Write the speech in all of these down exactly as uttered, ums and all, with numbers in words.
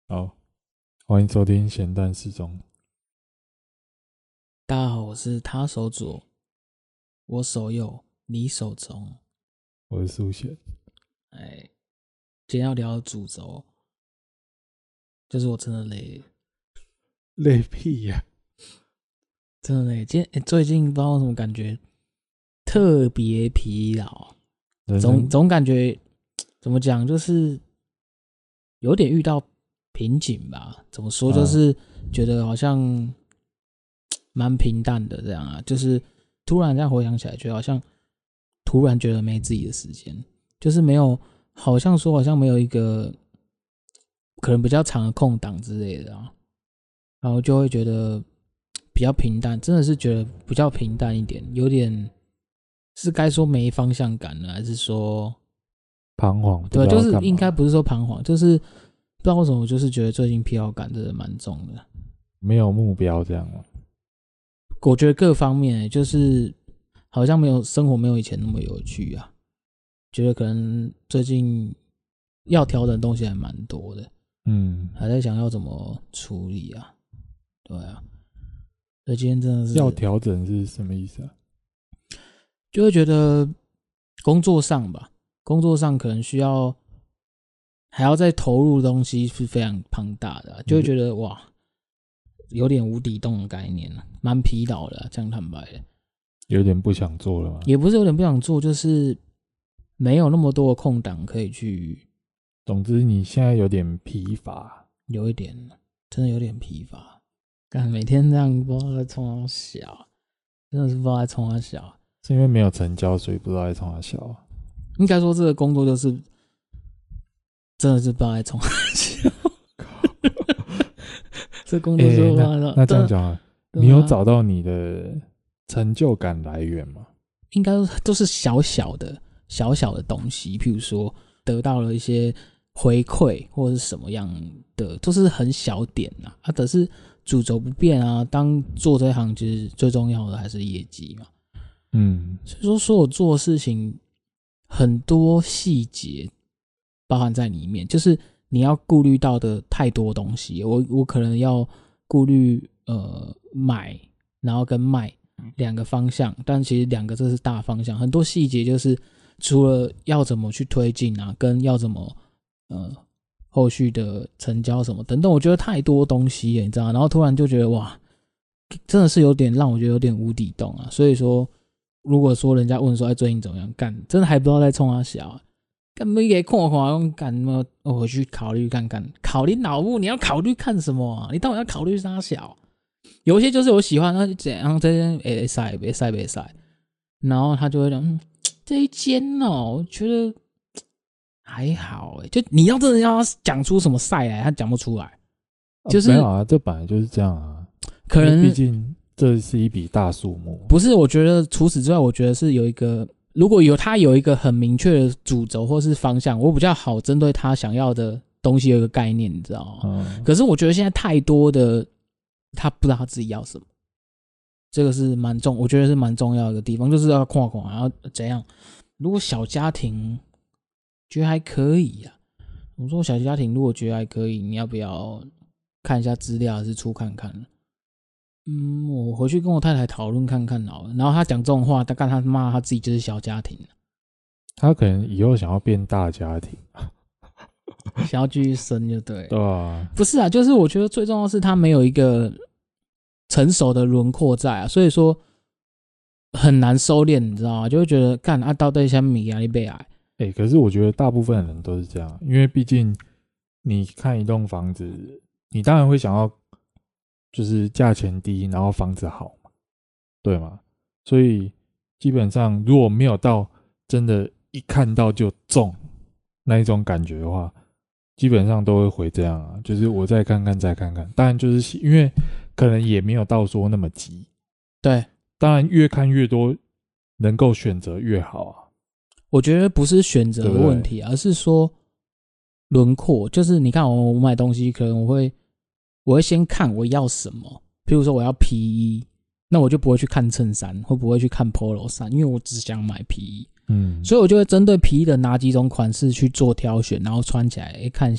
好，欢迎收听咸蛋时钟。 大家好，我是他手左，我手右，你手中。 我是苏贤。 哎，今天要聊的主轴就是我真的累了， 累屁呀、 真的累。今天、欸、最近不知道为什么感觉特别疲劳， 人总生总感觉怎么讲，就是有点遇到瓶颈吧。怎么说， 啊就是觉得好像蛮平淡的这样啊，就是突然这样回想起来，觉得好像突然觉得没自己的时间，就是没有，好像说好像没有一个可能比较长的空档之类的啊，然后就会觉得比较平淡，真的是觉得比较平淡一点，有点是该说没方向感呢，还是说彷徨，不知对， 道就是干嘛应该不是说彷徨，就是不知道为什么，就是觉得最近疲劳感真的蛮重的。 没有目标这样吗？ 我觉得各方面就是好像没有生活没有以前那么有趣啊，觉得可能最近要调整的东西还蛮多的， 嗯， 还在想要怎么处理啊。对啊，所以今天真的是要调整是什么意思啊？ 就会觉得工作上吧，工作上可能需要还要再投入的东西是非常庞大的、啊，就会觉得哇，有点无底洞的概念了、啊，蛮疲劳的、啊，这样坦白的。 有点不想做了吗？ 也不是有点不想做，就是没有那么多的空档可以去。 总之你现在有点疲乏， 有一点，真的有点疲乏。干每天这样不知道在冲啥小，真的是不知道在冲啥小。 是因为没有成交，所以不知道在冲啥笑啊。 应该说这个工作就是真的是不知道在冲啥小。这工作就是不知道在冲、 欸、那, 那这样讲啊， 对啊你有找到你的成就感来源吗？ 应该都是小小的、小小的东西，譬如说得到了一些回馈或者是什么样的，都是很小点啊。啊，可是主轴不变啊。当做这一行，其实最重要的还是业绩嘛。 嗯， 所以说，所有做的事情很多细节包含在里面，就是你要顾虑到的太多东西。我我可能要顾虑呃买，然后跟卖两个方向，但其实两个这是大方向，很多细节就是除了要怎么去推进啊，跟要怎么呃后续的成交什么等等，我觉得太多东西了，你知道，然后突然就觉得哇，真的是有点让我觉得有点无底洞啊。所以说，如果说人家问说哎最近怎么样，干真的还不知道在冲他小、啊，干没给看看，干么我回去考虑看看，考虑脑部你要考虑看什么啊？你到底要考虑啥小？有一些就是我喜欢，那怎样这间诶塞别塞别塞，然后他就会讲，嗯，这一间哦，我觉得还好诶，就你要真的要讲出什么赛来，他讲不出来，就是、 啊、没有啊，这本来就是这样啊。 可能毕竟这是一笔大数目。 不是，我觉得除此之外，我觉得是有一个，如果有他有一个很明确的主轴或是方向，我比较好针对他想要的东西有一个概念，你知道吗？ 嗯、 可是我觉得现在太多的。他不知道他自己要什么，这个是蛮重，我觉得是蛮重要的一个地方，就是要看看，然后怎样。如果小家庭觉得还可以啊，我说小家庭如果觉得还可以，你要不要看一下资料，还是出看看？嗯，我回去跟我太太讨论看看好了。然后他讲这种话，他干他骂他自己就是小家庭， 他可能以后想要变大家庭。 想要继续生就对了。 对啊， 不是啊，就是我觉得最重要的是他没有一个成熟的轮廓在啊，所以说很难收敛，你知道吗？就会觉得干啊，到底像米啊，你被矮。 哎，可是我觉得大部分人都是这样，因为毕竟你看一栋房子，你当然会想要就是价钱低，然后房子好嘛，对吗？所以基本上如果没有到真的一看到就中那一种感觉的话，基本上都会回这样啊，就是我再看看再看看。当然就是因为可能也没有到说那么急， 对， 当然越看越多，能够选择越好啊。 我觉得不是选择的问题， 对对， 而是说轮廓。就是你看我我买东西，可能我会我会先看我要什么，譬如说我要皮衣，那我就不会去看衬衫，会不会去看 polo 衫，因为我只想买皮衣。 嗯， 所以我就会针对皮衣的哪几种款式去做挑选，然后穿起来，欸、看一下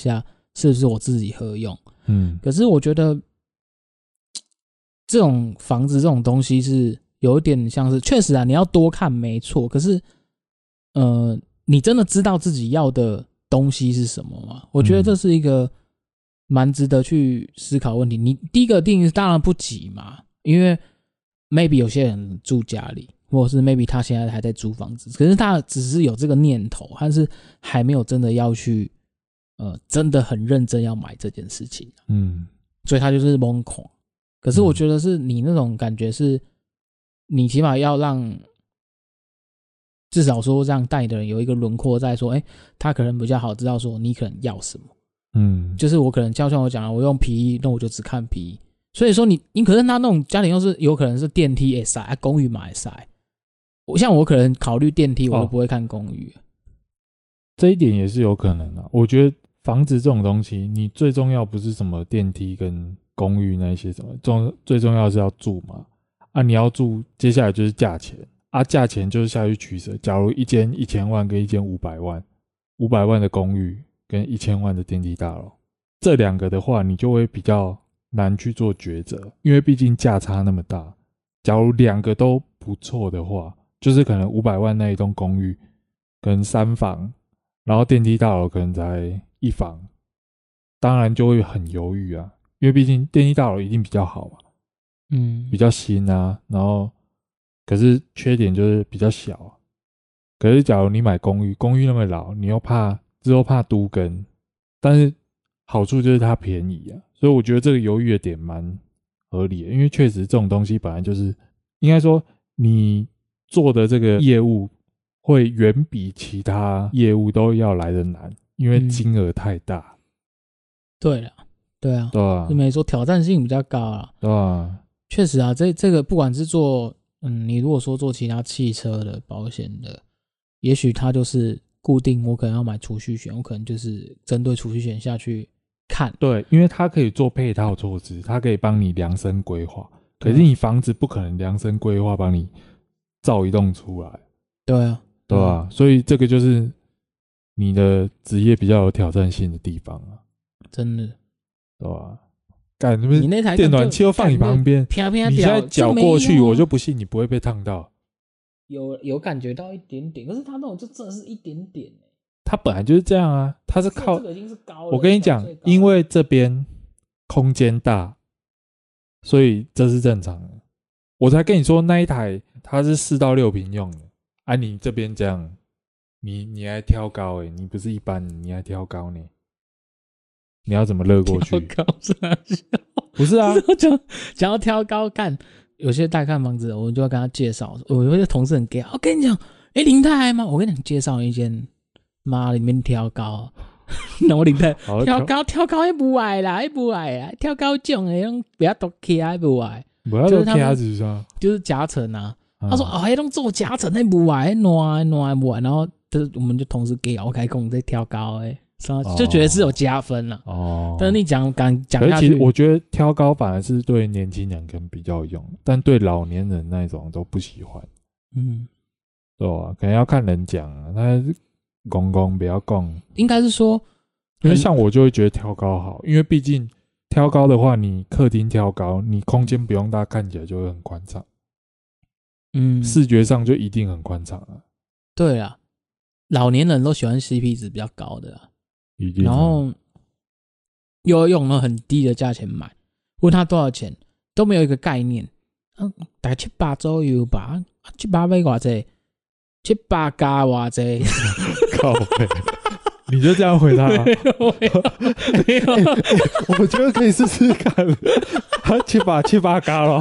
是不是我自己合用？ 嗯， 可是我觉得这种房子这种东西是有点像是，确实啊，你要多看没错，可是呃，你真的知道自己要的东西是什么吗？我觉得这是一个蛮值得去思考的问题。你第一个定义当然不急嘛，因为 maybe 有些人住家里，或者是 maybe 他现在还在租房子，可是他只是有这个念头，但是还没有真的要去呃，真的很认真要买这件事情， 嗯， 所以他就是懵狂。可是我觉得是你那种感觉是，你起码要让，至少说让带你的人有一个轮廓在说，哎，他可能比较好知道说你可能要什么。 嗯， 就是我可能就像我讲了，我用皮衣，那我就只看皮衣。所以说你你可是他那种家庭又是有可能是电梯也塞，啊，公寓嘛也塞。我像我可能考虑电梯，我都不会看公寓。哦， 这一点也是有可能的。我觉得房子这种东西，你最重要不是什么电梯跟公寓那些什么，重最重要的是要住嘛。啊，你要住，接下来就是价钱啊，价钱就是下去取舍。假如一间一千万跟一间五百万，五百万的公寓跟一千万的电梯大楼，这两个的话，你就会比较难去做抉择，因为毕竟价差那么大。假如两个都不错的话，就是可能五百万那一栋公寓跟三房，然后电梯大楼可能才一房，当然就会很犹豫啊，因为毕竟电梯大楼一定比较好嘛， 嗯， 比较新啊，然后可是缺点就是比较小啊。可是假如你买公寓，公寓那么老，你又怕之后怕都更，但是好处就是它便宜啊，所以我觉得这个犹豫的点蛮合理的，因为确实这种东西本来就是应该说你做的这个业务会远比其他业务都要来的难，因为金额太大。嗯， 对了，对啊， 对啊， 是没错，挑战性比较高啦。 对啊， 确实啊，这这个不管是做，嗯，你如果说做其他汽车的保险的，也许它就是固定，我可能要买储蓄险，我可能就是针对储蓄险下去看。 对，因为它可以做配套措施，它可以帮你量身规划。可是你房子不可能量身规划帮你造一栋出来。 对啊， 对啊，嗯，所以这个就是你的职业比较有挑战性的地方啊。 真的， 对吧？干，你那台电暖气又放你旁边，你现在脚过去，我就不信你不会被烫到。 有有感觉到一点点，可是它那种就真的是一点点，欸， 它本来就是这样啊，它是靠。 这个已经是高了。 我跟你讲，因为这边空间大，所以这是正常的。我才跟你说那一台它是四到六坪用的，啊，你这边这样，你你还挑高欸，你不是一般，你还挑高呢，你要怎么勒过去？ 挑高是哪笑？ 不是啊， 讲讲要挑高干，有些带看房子，我就要跟他介绍。我有些同事很 gay， 我跟你讲，哎，林太还吗？我跟你讲，介绍一间，妈里面挑高，那我林太挑高挑高也不矮啦，也不矮啦，挑高种的种不要多起来不矮， 不要多起来是啥？ 就是夹层啊。他说哦，还拢做夹层，还不矮，暖暖不矮，然后就是我们就同时给我开工在挑高哎。就觉得是有加分了哦，但是你讲讲讲下去， 其实我觉得挑高反而是对年轻人可能比较有用，但对老年人那种都不喜欢。嗯，对吧？可能要看人讲啊，他公公不要讲， 应该是说， 因为像我就会觉得挑高好，因为毕竟挑高的话，你客厅挑高，你空间不用大，看起来就会很宽敞。嗯，视觉上就一定很宽敞啊。 对啊，老年人都喜欢 C P 值比较高的啊。然后又用了很低的价钱买，问他多少钱都没有一个概念，嗯，大概七八左右吧，七八买多少？七八加多少？ 靠北，你就这样回答、啊？没有，没有、欸欸，我觉得可以试试看，七八七八加了，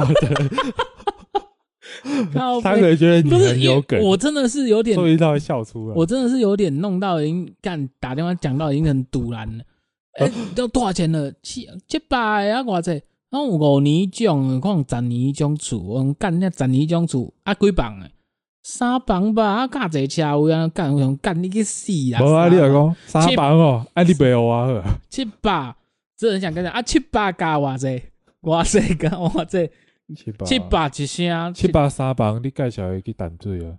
他可能觉得你很有梗， 我真的是有点， 所以他会笑出来。 我真的是有点弄到已经干打电话讲到已经很堵然了。哎、欸，都多少钱了？七七百啊，偌济？然后五年种，可能十年种厝，我干那十年种厝啊，几房诶？三房吧，啊，加济车位啊，干我想干你去死啦！ 无啊，你来讲三房哦，啊，你袂有啊？ 七百，这人想跟你讲啊，七百加偌济？偌济加偌济？七百七百一声， 七百三房，你介绍伊去淡水啊？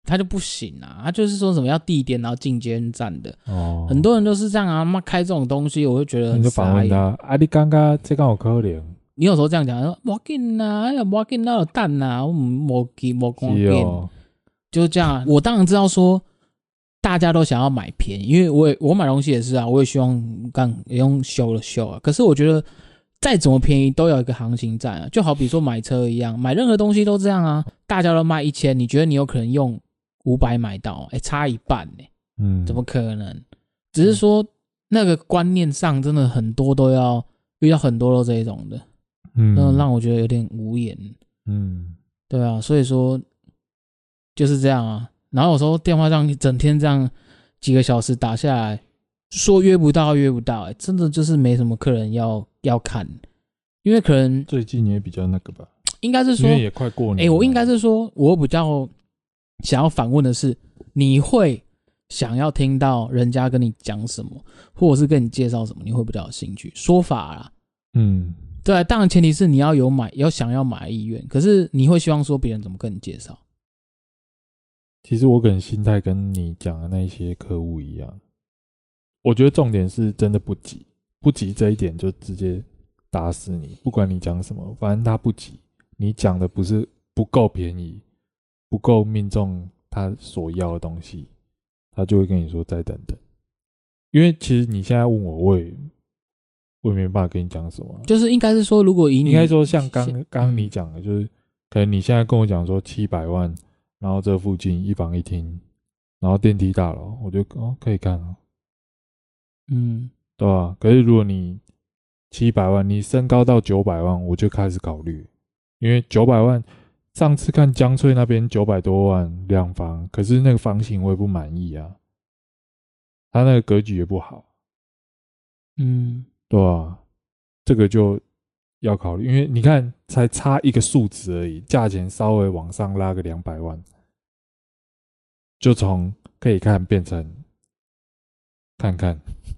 他就不行啊，他就是说什么要地点，然后进捷运站的， 哦， 很多人都是这样啊，妈开这种东西，我会觉得很你就反问他啊，你刚刚这刚有可能？ 你有时候这样讲，说无紧呐，哎呀无紧，那有蛋呐，我无紧无关键， 哦、 就这样。我当然知道说大家都想要买便宜，因为我也我买东西也是啊，我也希望刚也用修了修啊。可是我觉得再怎么便宜都有一个行情在啊，就好比说买车一样，买任何东西都这样啊，大家都卖一千，你觉得你有可能用五百买到？哎，差一半呢、欸， 嗯， 怎么可能？只是说那个观念上真的很多都要遇到很多都这一种的。 嗯， 那让我觉得有点无言。 嗯， 对啊，所以说就是这样啊。然后有时候电话上整天这样几个小时打下来，说约不到约不到、欸，真的就是没什么客人要要看，因为可能最近也比较那个吧， 应该是说， 因为也快过年。 哎、欸，我应该是说，我比较想要反问的是，你会想要听到人家跟你讲什么，或者是跟你介绍什么，你会比较有兴趣？说法啦， 嗯。 对、啊，当然前提是你要有买，要想要买的意愿。可是你会希望说别人怎么跟你介绍？ 其实我可能心态跟你讲的那些客户一样，我觉得重点是真的不急，不急这一点就直接打死你，不管你讲什么，反正他不急。你讲的不是不够便宜，不够命中他所要的东西，他就会跟你说再等等。因为其实你现在问我，我也我也没办法跟你讲什么、啊， 就是应该是说，如果以你应该说像刚刚刚你讲的，就是可能你现在跟我讲说七百万，然后这附近一房一厅，然后电梯大楼，我就哦可以看啊， 嗯， 对吧？可是如果你七百万，你升高到九百万，我就开始考虑，因为九百万上次看江翠那边九百多万两房，可是那个房型我也不满意啊，他那个格局也不好， 嗯， 对吧？这个就要考虑，因为你看才差一个数字而已，价钱稍微往上拉个两百万，就从可以看变成看看。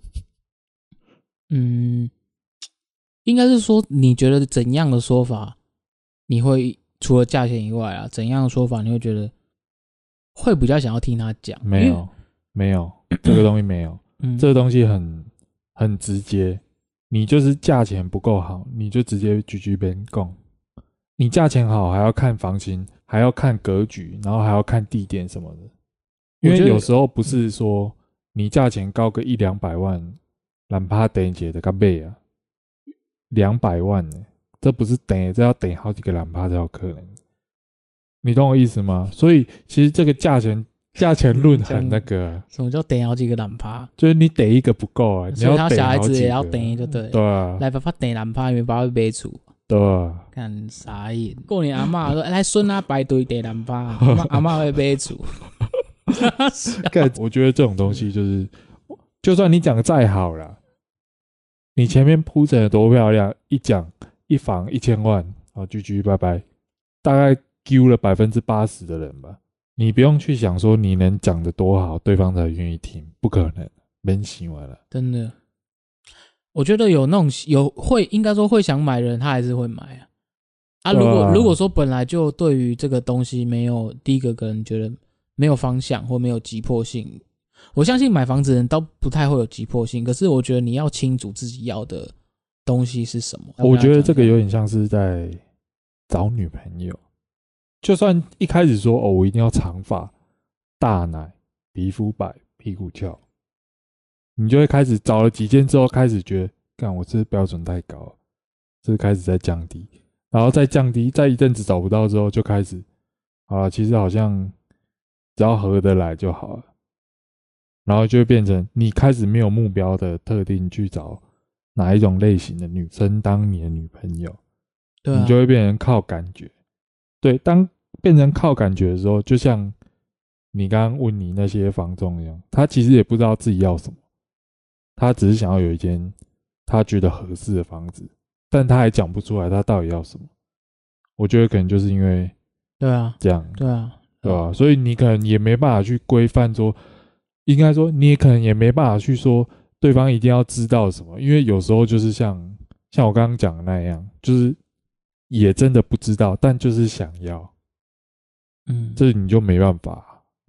嗯，应该是说你觉得怎样的说法，你会除了价钱以外啊，怎样的说法你会觉得会比较想要听他讲？ 没有，没有这个东西没有， 嗯， 这个东西很很直接。你就是价钱不够好，你就直接居居边供。你价钱好还要看房型，还要看格局，然后还要看地点什么的。因为有时候不是说你价钱高个一两百万，哪怕等一的个倍啊，两百万呢、欸，这不是等，这要等好几个两趴才有可能。你懂我意思吗？所以其实这个价钱价钱论很那个、啊。 什么叫等好几个懒趴？ 就是你等一个不够啊，你要等小孩子也要等等，就对。 对啊， 来爸爸等懒趴，因为爸爸买厝。 对啊， 看傻眼。过年阿嬷说：“来孙啊，排队等懒趴，阿嬷阿嬷会买厝。” 干，我觉得这种东西就是，就算你讲的再好啦，你前面铺陈的多漂亮，一讲一房一千万，好，居居拜拜，大概丢了百分之八十的人吧。你不用去想说你能讲的多好，对方才愿意听，不可能，没喜欢了。 真的，我觉得有那种有会，应该说会想买的人，他还是会买啊。啊，如果、啊、如果说本来就对于这个东西没有第一个可能觉得没有方向或没有急迫性，我相信买房子的人都不太会有急迫性。可是我觉得你要清楚自己要的东西是什么。 我觉得这个有点像是在找女朋友。就算一开始说哦，我一定要长发、大奶、皮肤白、屁股翘，你就会开始找了几件之后，开始觉得，干我这标准太高了，这开始在降低，然后再降低，再一阵子找不到之后，就开始，好了，其实好像只要合得来就好了，然后就会变成你开始没有目标的特定去找哪一种类型的女生当你的女朋友， 对啊， 你就会变成靠感觉。对，当变成靠感觉的时候，就像你刚刚问你那些房仲一样，他其实也不知道自己要什么，他只是想要有一间他觉得合适的房子，但他还讲不出来他到底要什么。我觉得可能就是因为对啊， 这样， 对啊， 对吧、啊？所以你可能也没办法去规范说，应该说你也可能也没办法去说对方一定要知道什么，因为有时候就是像像我刚刚讲的那样，就是也真的不知道，但就是想要， 嗯， 这你就没办法。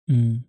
嗯，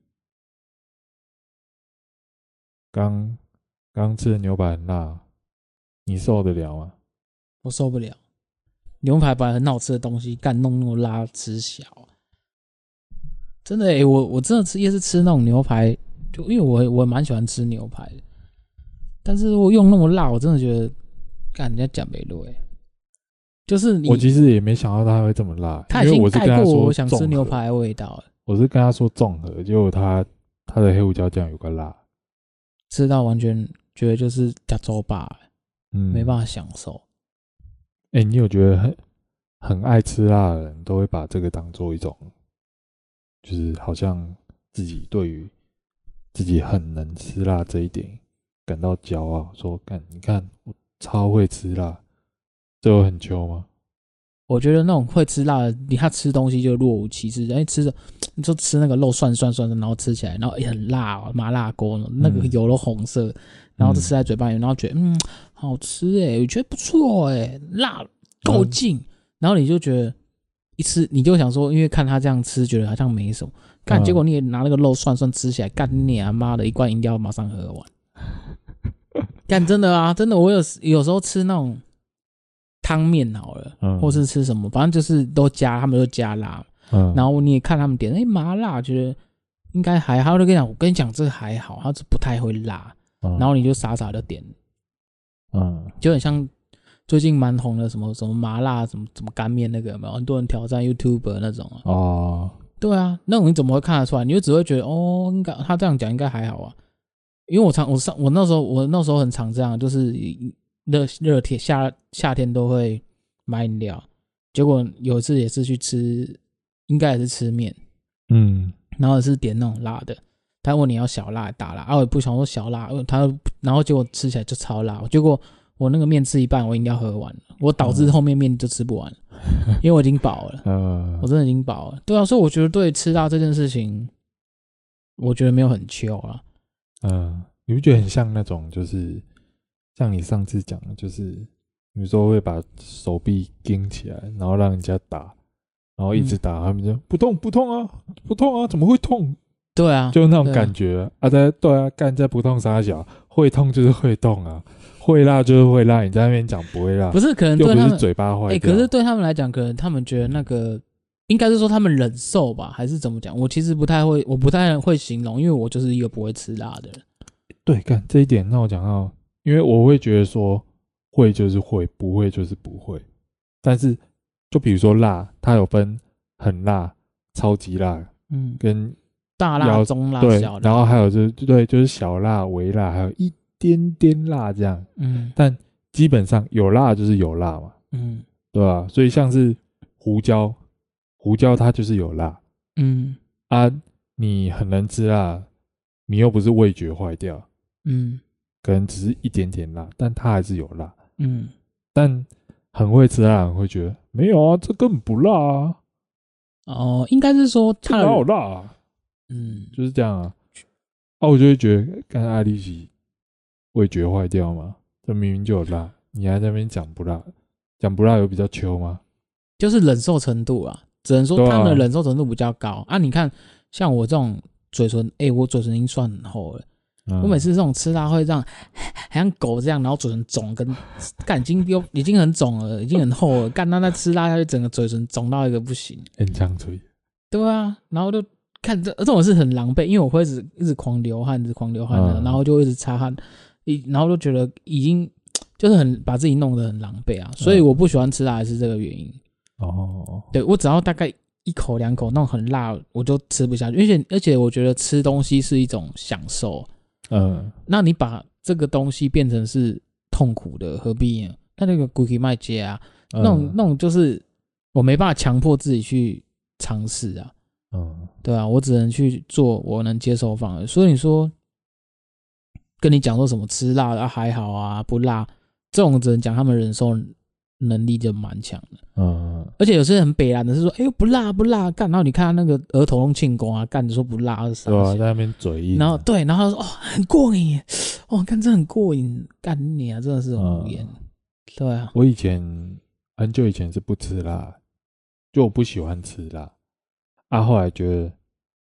刚刚吃的牛排很辣，你受得了吗？ 我受不了。牛排本来很好吃的东西，干弄那么辣吃小，真的诶、欸，我我真的吃夜市吃那种牛排，就因为我我蛮喜欢吃牛排的，但是我用那么辣，我真的觉得干人家讲没落诶。就是你， 我其实也没想到他会这么辣， 他已经因为我是跟盖过他说我想吃牛综合， 排的味道了， 我是跟他说综合，结果他他的黑胡椒酱有个辣， 吃到完全觉得就是加州吧， 嗯， 没办法享受。 哎、欸，你有觉得很很爱吃辣的人都会把这个当做一种，就是好像自己对于自己很能吃辣这一点感到骄傲，说干你看我超会吃辣，这有很秋吗？ 我觉得那种会吃辣的，你他吃东西就若无其事，哎，吃着你就吃那个肉涮涮涮的，然后吃起来，然后也很辣哦，麻辣锅那个油都红色，然后就吃在嘴巴里，然后觉得嗯好吃哎，我觉得不错哎，辣够劲，然后你就觉得一吃你就想说，因为看他这样吃，觉得好像没什么，干结果你也拿那个肉涮涮吃起来，干你啊妈的，一罐饮料马上喝完，干真的啊，真的，我有有时候吃那种。汤面好了，嗯、或是吃什么，反正就是都加，他们都加辣，嗯，然后你也看他们点，哎、欸，麻辣，觉得应该还好，就跟你讲，我跟你讲这个还好，它是不太会辣，嗯、然后你就傻傻的点，嗯，就很像最近蛮红的什么什么麻辣什么什么干面那个有没有？很多人挑战 YouTuber 那种啊，哦，对啊，那种你怎么会看得出来？你就只会觉得哦，应该他这样讲应该还好啊，因为我常我上我那时候我那时候很常这样，就是。热热天夏夏天都会买饮料，结果有一次也是去吃，应该也是吃面，嗯，然后也是点那种辣的，他问你要小辣大辣，啊我也不想说小辣，他然后结果吃起来就超辣，结果我那个面吃一半，我饮料喝完了，我导致后面面就吃不完了，嗯、因为我已经饱了，嗯、我真的已经饱了，对啊，所以我觉得对吃辣这件事情，我觉得没有很秋啊， 嗯，你不觉得很像那种就是。像你上次讲的，就是有时候会把手臂钉起来，然后让人家打，然后一直打，嗯、他们就不痛不痛啊，不痛啊，怎么会痛？ 对啊， 就那种感觉啊，啊在对啊，干在不痛啥小，会痛就是会痛啊，会辣就是会辣，你在那边讲不会辣， 不是可能对他们又不是嘴巴坏掉， 欸，可是对他们来讲，可能他们觉得那个应该是说他们忍受吧，还是怎么讲？我其实不太会，我不太会形容，因为我就是一个不会吃辣的人。 对，干这一点让我讲到。因为我会觉得说会就是会，不会就是不会。但是就比如说辣，它有分很辣、超级辣，嗯，跟大辣、中辣、 对， 小辣， 然后还有就是对，就是小辣、微辣，还有一点点辣这样。嗯，但基本上有辣就是有辣嘛，嗯，对吧？所以像是胡椒，胡椒它就是有辣，嗯啊，你很能吃辣，你又不是味觉坏掉，嗯。可能只是一点点辣，但它还是有辣。嗯，但很会吃辣的人会觉得没有啊，这根本不辣啊。 哦，应该是说它哪有辣啊？嗯，就是这样啊。啊，我就会觉得，刚才爱丽丝味觉坏掉嘛，这明明就有辣，你还在那边讲不辣，讲不辣有比较秋吗？ 就是忍受程度啊，只能说他们的忍受程度比较高 啊, 啊。你看，像我这种嘴唇，哎、欸，我嘴唇已经算很厚了。我每次这种吃辣会这样，好像狗这样，然后嘴唇肿，跟干已经又已经很肿了，已经很厚了。干，那那吃辣下去，整个嘴唇肿到一个不行。 很呛嘴。 对啊，然后就看这这种是很狼狈，因为我会一直一直狂流汗，一直狂流汗的，嗯、然后就一直擦汗，一然后就觉得已经就是很把自己弄得很狼狈啊。所以我不喜欢吃辣是这个原因。哦，对我只要大概一口两口那种很辣，我就吃不下去。而且而且我觉得吃东西是一种享受。嗯，那你把这个东西变成是痛苦的，何必呢？那那个 Cookie 卖街啊，那种、嗯、那种就是我没办法强迫自己去尝试啊，嗯，对啊，我只能去做我能接受范围。所以你说跟你讲说什么吃辣的、啊、还好啊，不辣，这种只能讲他们忍受能力就蛮强的，嗯，而且有些人很北蓝的是说，哎呦不辣不辣，干，然后你看他那个额头弄庆功啊，干着说不辣， 对啊，在那边嘴硬， 然后对，然后他说哦很过瘾，哦干这很过瘾，干你啊，真的是无言、嗯，对啊， 我以前很久以前是不吃辣，就我不喜欢吃辣，啊后来觉得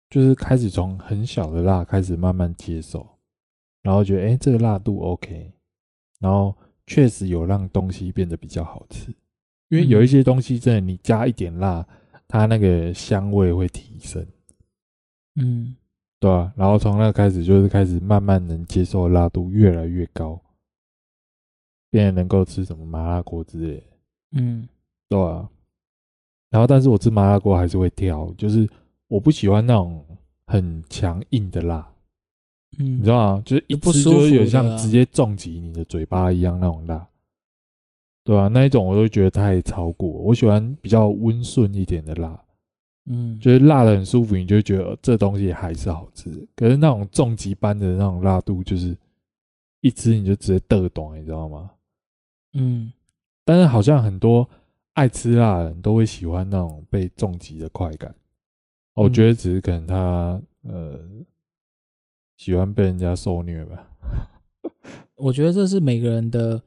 就是开始从很小的辣开始慢慢接受，然后觉得哎、欸、这个辣度 OK， 然后确实有让东西变得比较好吃。因为有一些东西真的你加一点辣，它那个香味会提升。 嗯， 对啊，然后从那开始就是开始慢慢能接受的辣度越来越高，变得能够吃什么麻辣锅之类的。 嗯， 对啊。然后但是我吃麻辣锅还是会挑，就是我不喜欢那种很强硬的辣。 嗯， 你知道吗？就是一吃就是有像直接重击你的嘴巴一样那种辣。对啊，那一种我都觉得太超过，我喜欢比较温顺一点的辣。 嗯， 就是辣的很舒服，你就觉得这东西还是好吃。可是那种重击般的那种辣度，就是一吃你就直接得懂，你知道吗？ 嗯， 但是好像很多爱吃辣的人都会喜欢那种被重击的快感。我觉得只是可能他呃喜欢被人家受虐吧。 我觉得这是每个人的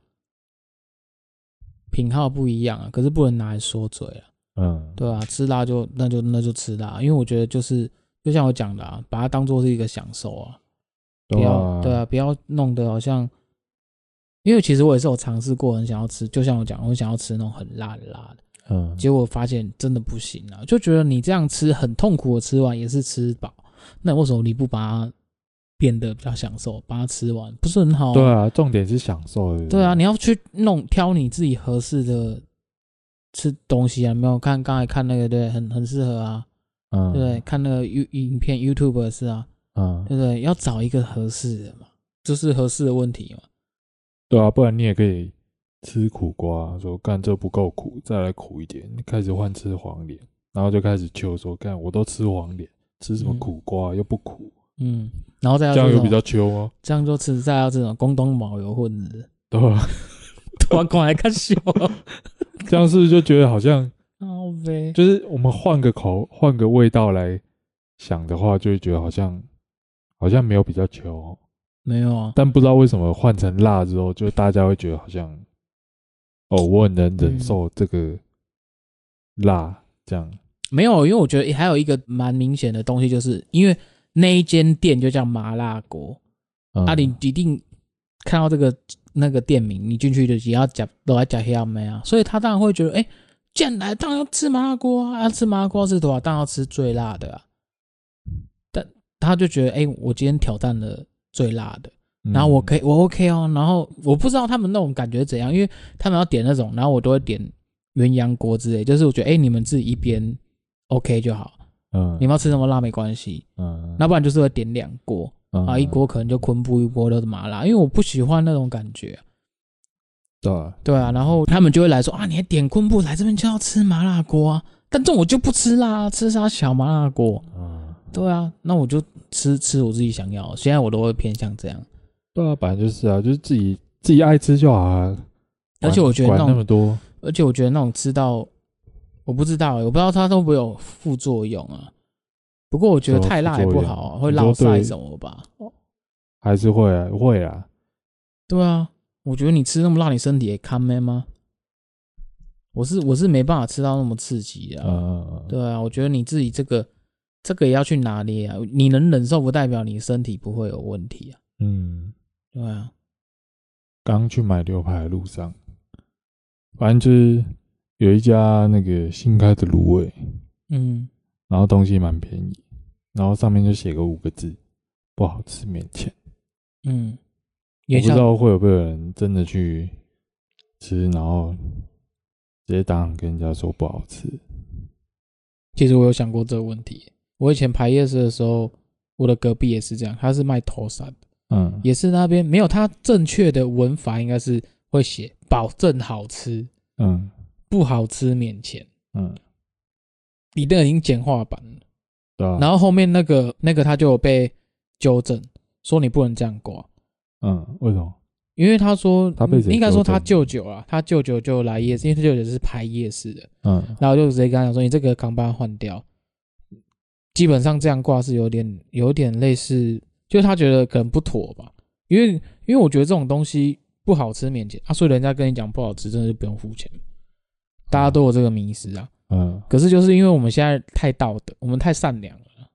品号不一样啊，可是不能拿来说嘴啊。嗯，对啊，吃辣就那就那就吃辣，因为我觉得就是就像我讲的啊，把它当做是一个享受啊，不要、啊、对啊，不要弄得好像，因为其实我也是有尝试过，很想要吃，就像我讲，我想要吃那种很辣的辣的，嗯，结果发现真的不行啊，就觉得你这样吃很痛苦的吃完也是吃饱，那为什么你不把它变得比较享受，把它吃完不是很好、啊？ 对啊，重点是享受的。 对啊，你要去弄挑你自己合适的吃东西啊，没有看刚才看那个对，很很适合啊，嗯，对不对？看那个 U 影片 YouTube 是啊，嗯，对不对？要找一个合适的嘛，就是合适的问题嘛。 对啊，不然你也可以吃苦瓜，说干这不够苦，再来苦一点，开始换吃黄连，然后就开始求说干我都吃黄连，吃什么苦瓜、嗯、又不苦， 嗯，然后再要这样有比较秋哦， 这样就吃再要这种广东毛油混子， 对吧？ 突然过来看笑， 这样是不是就觉得好像， 好呗， 就是我们换个口，换个味道来想的话，就会觉得好像好像没有比较秋、哦， 没有啊。 但不知道为什么换成辣之后，就大家会觉得好像，哦，我很能忍受这个辣，这样、 嗯、没有，因为我觉得还有一个蛮明显的东西，就是因为那一间店就叫麻辣锅，嗯、啊，你一定看到这个那个店名，你进去就也要讲都来讲黑暗妹啊，所以他当然会觉得，哎、欸，既然来，当然要吃麻辣锅啊，要吃麻辣锅吃多少，当然要吃最辣的啊。但他就觉得，哎、欸，我今天挑战了最辣的，然后我可以，我 OK 哦，然后我不知道他们那种感觉怎样，因为他们要点那种，然后我都会点鸳鸯锅之类，就是我觉得，哎、欸，你们自己一边 OK 就好，嗯，你们要吃什么辣没关系，嗯，那不然就是会点两锅。啊，一锅可能就昆布，一锅都是麻辣，因为我不喜欢那种感觉。 对啊， 对啊，然后他们就会来说啊，你还点昆布来这边就要吃麻辣锅啊，但这我就不吃辣，吃啥小麻辣锅。嗯，对啊，那我就吃吃我自己想要，现在我都会偏向这样。 对啊，本来就是啊，就是自己自己爱吃就好啊。 而且我觉得那种那么多， 而且我觉得那种吃到，我不知道、欸，我不知道它会不会有副作用啊。不过我觉得太辣也不好、啊，会落腮什么吧？ 还是会啊，会啊。 对啊，我觉得你吃那么辣，你身体也堪咩吗？我是我是没办法吃到那么刺激的、啊。嗯，对啊，我觉得你自己这个这个也要去拿捏啊。你能忍受，不代表你身体不会有问题啊。嗯，对啊。 刚去买牛排的路上，反正就是有一家那个新开的卤味，嗯。然后东西蛮便宜，然后上面就写个五个字：不好吃免钱。嗯，我不知道会有没有人真的去吃，然后直接当场跟人家说不好吃。 其实我有想过这个问题，我以前排夜市的时候，我的隔壁也是这样，他是卖头山的，嗯，也是那边没有他正确的文法，应该是会写保证好吃，嗯，不好吃免钱，嗯。你那个已经简化版了， 对啊。 然后后面那个那个他就有被纠正，说你不能这样挂。 嗯，为什么？ 因为他说， 他被应该说他舅舅啊，他舅舅就来夜市，因为他舅舅是排夜市的，嗯，然后就直接跟他讲说，你这个扛把它换掉。基本上这样挂是有点有点类似，就是他觉得可能不妥吧，因为因为我觉得这种东西不好吃免钱啊，所以人家跟你讲不好吃，真的就不用付钱，大家都有这个迷思啊。嗯，可是就是因为我们现在太道德，我们太善良了，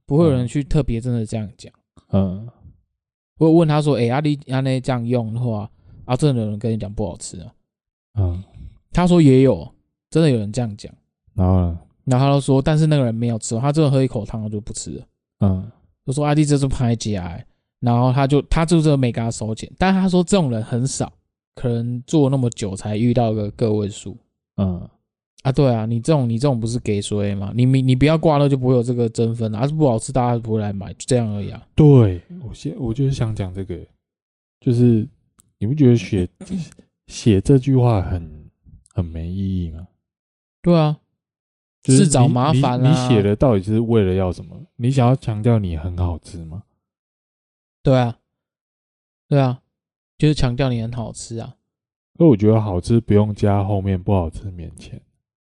不会有人去特别真的这样讲。 嗯， 我有问他说：“哎、欸，啊你安尼这样用的话，啊真的有人跟你讲不好吃啊？” 嗯， 他说也有，真的有人这样讲。 然后呢？ 然后他就说，但是那个人没有吃，他真的喝一口汤他就不吃了。 嗯， 就说阿弟这是拍假、欸，然后他就他就这个没给他收钱，但是他说这种人很少，可能做那么久才遇到个个位数。 嗯， 啊，对啊，你这种你这种不是给衰吗？你你你不要挂了就不会有这个争分啊，是不好吃大家不会来买，就这样而已啊。 对，我现我就是想讲这个，就是你不觉得写写这句话很很没意义吗？ 对啊。 就是自找麻烦啊！你写的到底是为了要什么？你想要强调你很好吃吗？ 对啊，对啊，就是强调你很好吃啊。 可我觉得好吃不用加后面不好吃免钱，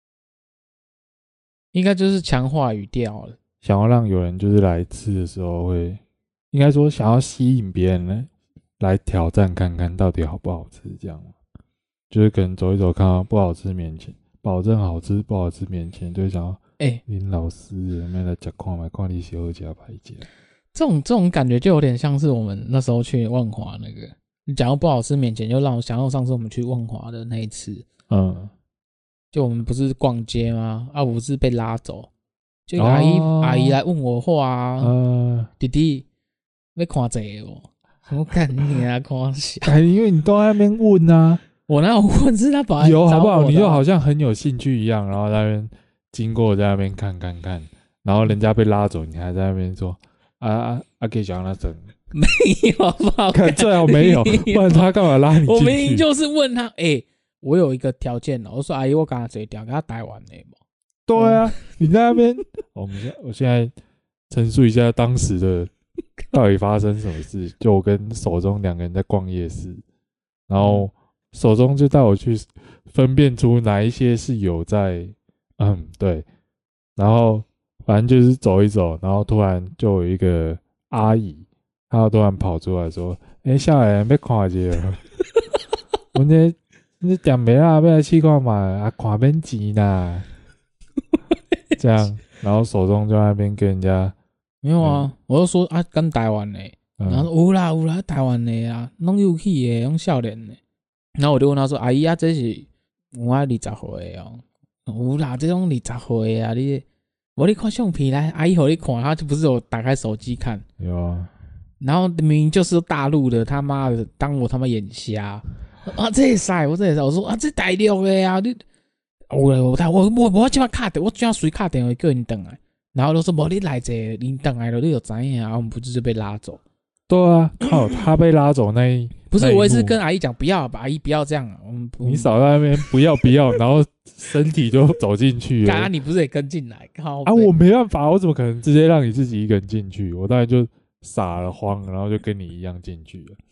应该就是强化语调了。 想要让有人就是来吃的时候会，应该说想要吸引别人来来挑战看看到底好不好吃，这样就是可能走一走看到不好吃免钱。保证好吃不好吃免钱，就会想要哎，林、欸、老师有没有来吃看买看你喜欢加排价？ 这种这种感觉就有点像是我们那时候去万华那个，你讲到不好吃免钱，就让我想到上次我们去万华的那一次。嗯，就我们不是逛街吗？啊，我不是被拉走，就一个阿姨、哦、阿姨来问我话啊，呃、弟弟要看这个哦，我干你啊，看啥？ 哎，因为你都在那边问啊。 我那有问是他把有好不好？你就好像很有兴趣一样，然后在那边经过，在那边看看看，然后人家被拉走，你还在那边说啊啊啊，可以想那整没有好不好？ 看最好没有，不然他干嘛拉你进去？ 我明明就是问他，哎、欸，我有一个条件哦，我说阿姨，我刚刚这一条给他带完了嘛。 对啊，嗯、你在那边，我们现我现在陈述一下当时的到底发生什么事。就我跟手中两个人在逛夜市，然后。手中就带我去分辨出哪一些是有在，嗯，对，然后反正就是走一走，然后突然就有一个阿姨，她突然跑出来说：“哎、欸，下来要看一下，我这你点没啦，要来试看嘛，啊，看免钱啦。”这样，然后手中就在那边跟人家没有啊，嗯、我就說啊，跟台灣的，嗯、然後有啦有啦，台灣的啊，攏有去的，攏少年的。然後我就問他說：“阿姨啊，這是有啊二十歲哦，有啦，這種二十歲啊，你我你看相片來，阿姨給你看，他就不是有打開手機看， 有啊。 然後明明就是大陸的，他媽的，當我他媽眼瞎啊！這會使，我這會使，我說啊，這大陸的啊，你有啦，我我我我即馬卡電，我即馬隨卡電話叫你等來，然後就說無你來這，你等來了，你就知影啊，我們不就是被拉走。” 对啊，靠，他被拉走那一不是，我也是跟阿姨讲不要，阿姨不要这样啊。我们你少在那边不要不要，然后身体就走进去了。 刚刚你不是也跟进来？靠啊，我没办法，我怎么可能直接让你自己一个人进去？我当然就傻了慌，然后就跟你一样进去了。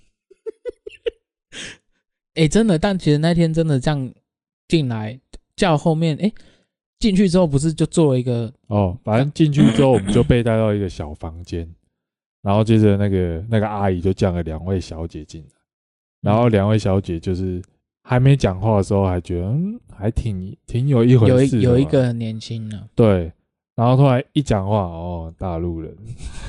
哎、欸，真的，但其实那天真的这样进来，叫后面哎进去之后不是就做了一个哦，反正进去之后我们就被带到一个小房间。然后接着那个那个阿姨就叫了两位小姐进来，然后两位小姐就是还没讲话的时候还觉得嗯还挺挺有一回事的， 有有一个很年轻的、啊， 对，然后突然一讲话哦大陆人，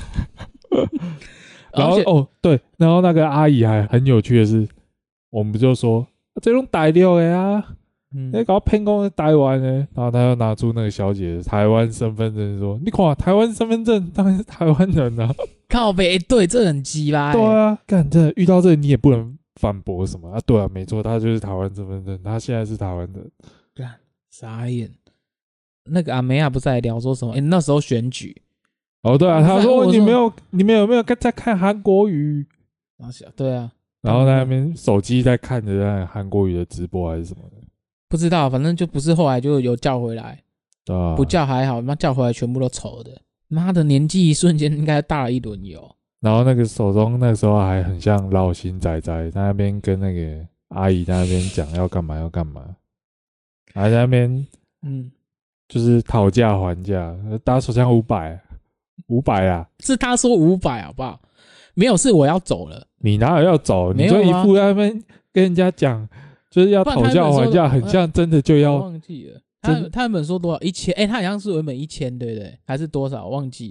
然后哦对，然后那个阿姨还很有趣的是，我们就说这种大陆的啊。嗯，你搞骗讲台湾的，然后他又拿出那个小姐的台湾身份证，说：“你看台湾身份证当然是台湾人啊。” 靠北，对，这很鸡巴。 对啊，干真的遇到这个你也不能反驳什么啊。对啊，没错，他就是台湾身份证，他现在是台湾人。 干傻眼。那个阿梅亚不是在聊说什么？哎、欸，那时候选举。 哦，对啊，他说你没有，你们有没有在看韩国语？ 然后对啊， 然后在那边手机在看着那韩国语的直播还是什么的。 不知道，反正就不是后来就有叫回来， 对啊， 不叫还好，妈叫回来全部都丑的，妈的年纪一瞬间应该大了一轮有。 然后那个手中那时候还很像老新仔仔，在那边跟那个阿姨在那边讲要干嘛要干嘛，还在那边嗯，就是讨价还价，打手枪五百，五百啊， 是他说五百好不好？没有，是我要走了。 你哪有要走？你就一副在那边跟人家讲。就是要讨价还价，很像真的就要。 我忘记了，他他原本说多少一千？哎，他好像是原本一千，对不对？还是多少？忘记了。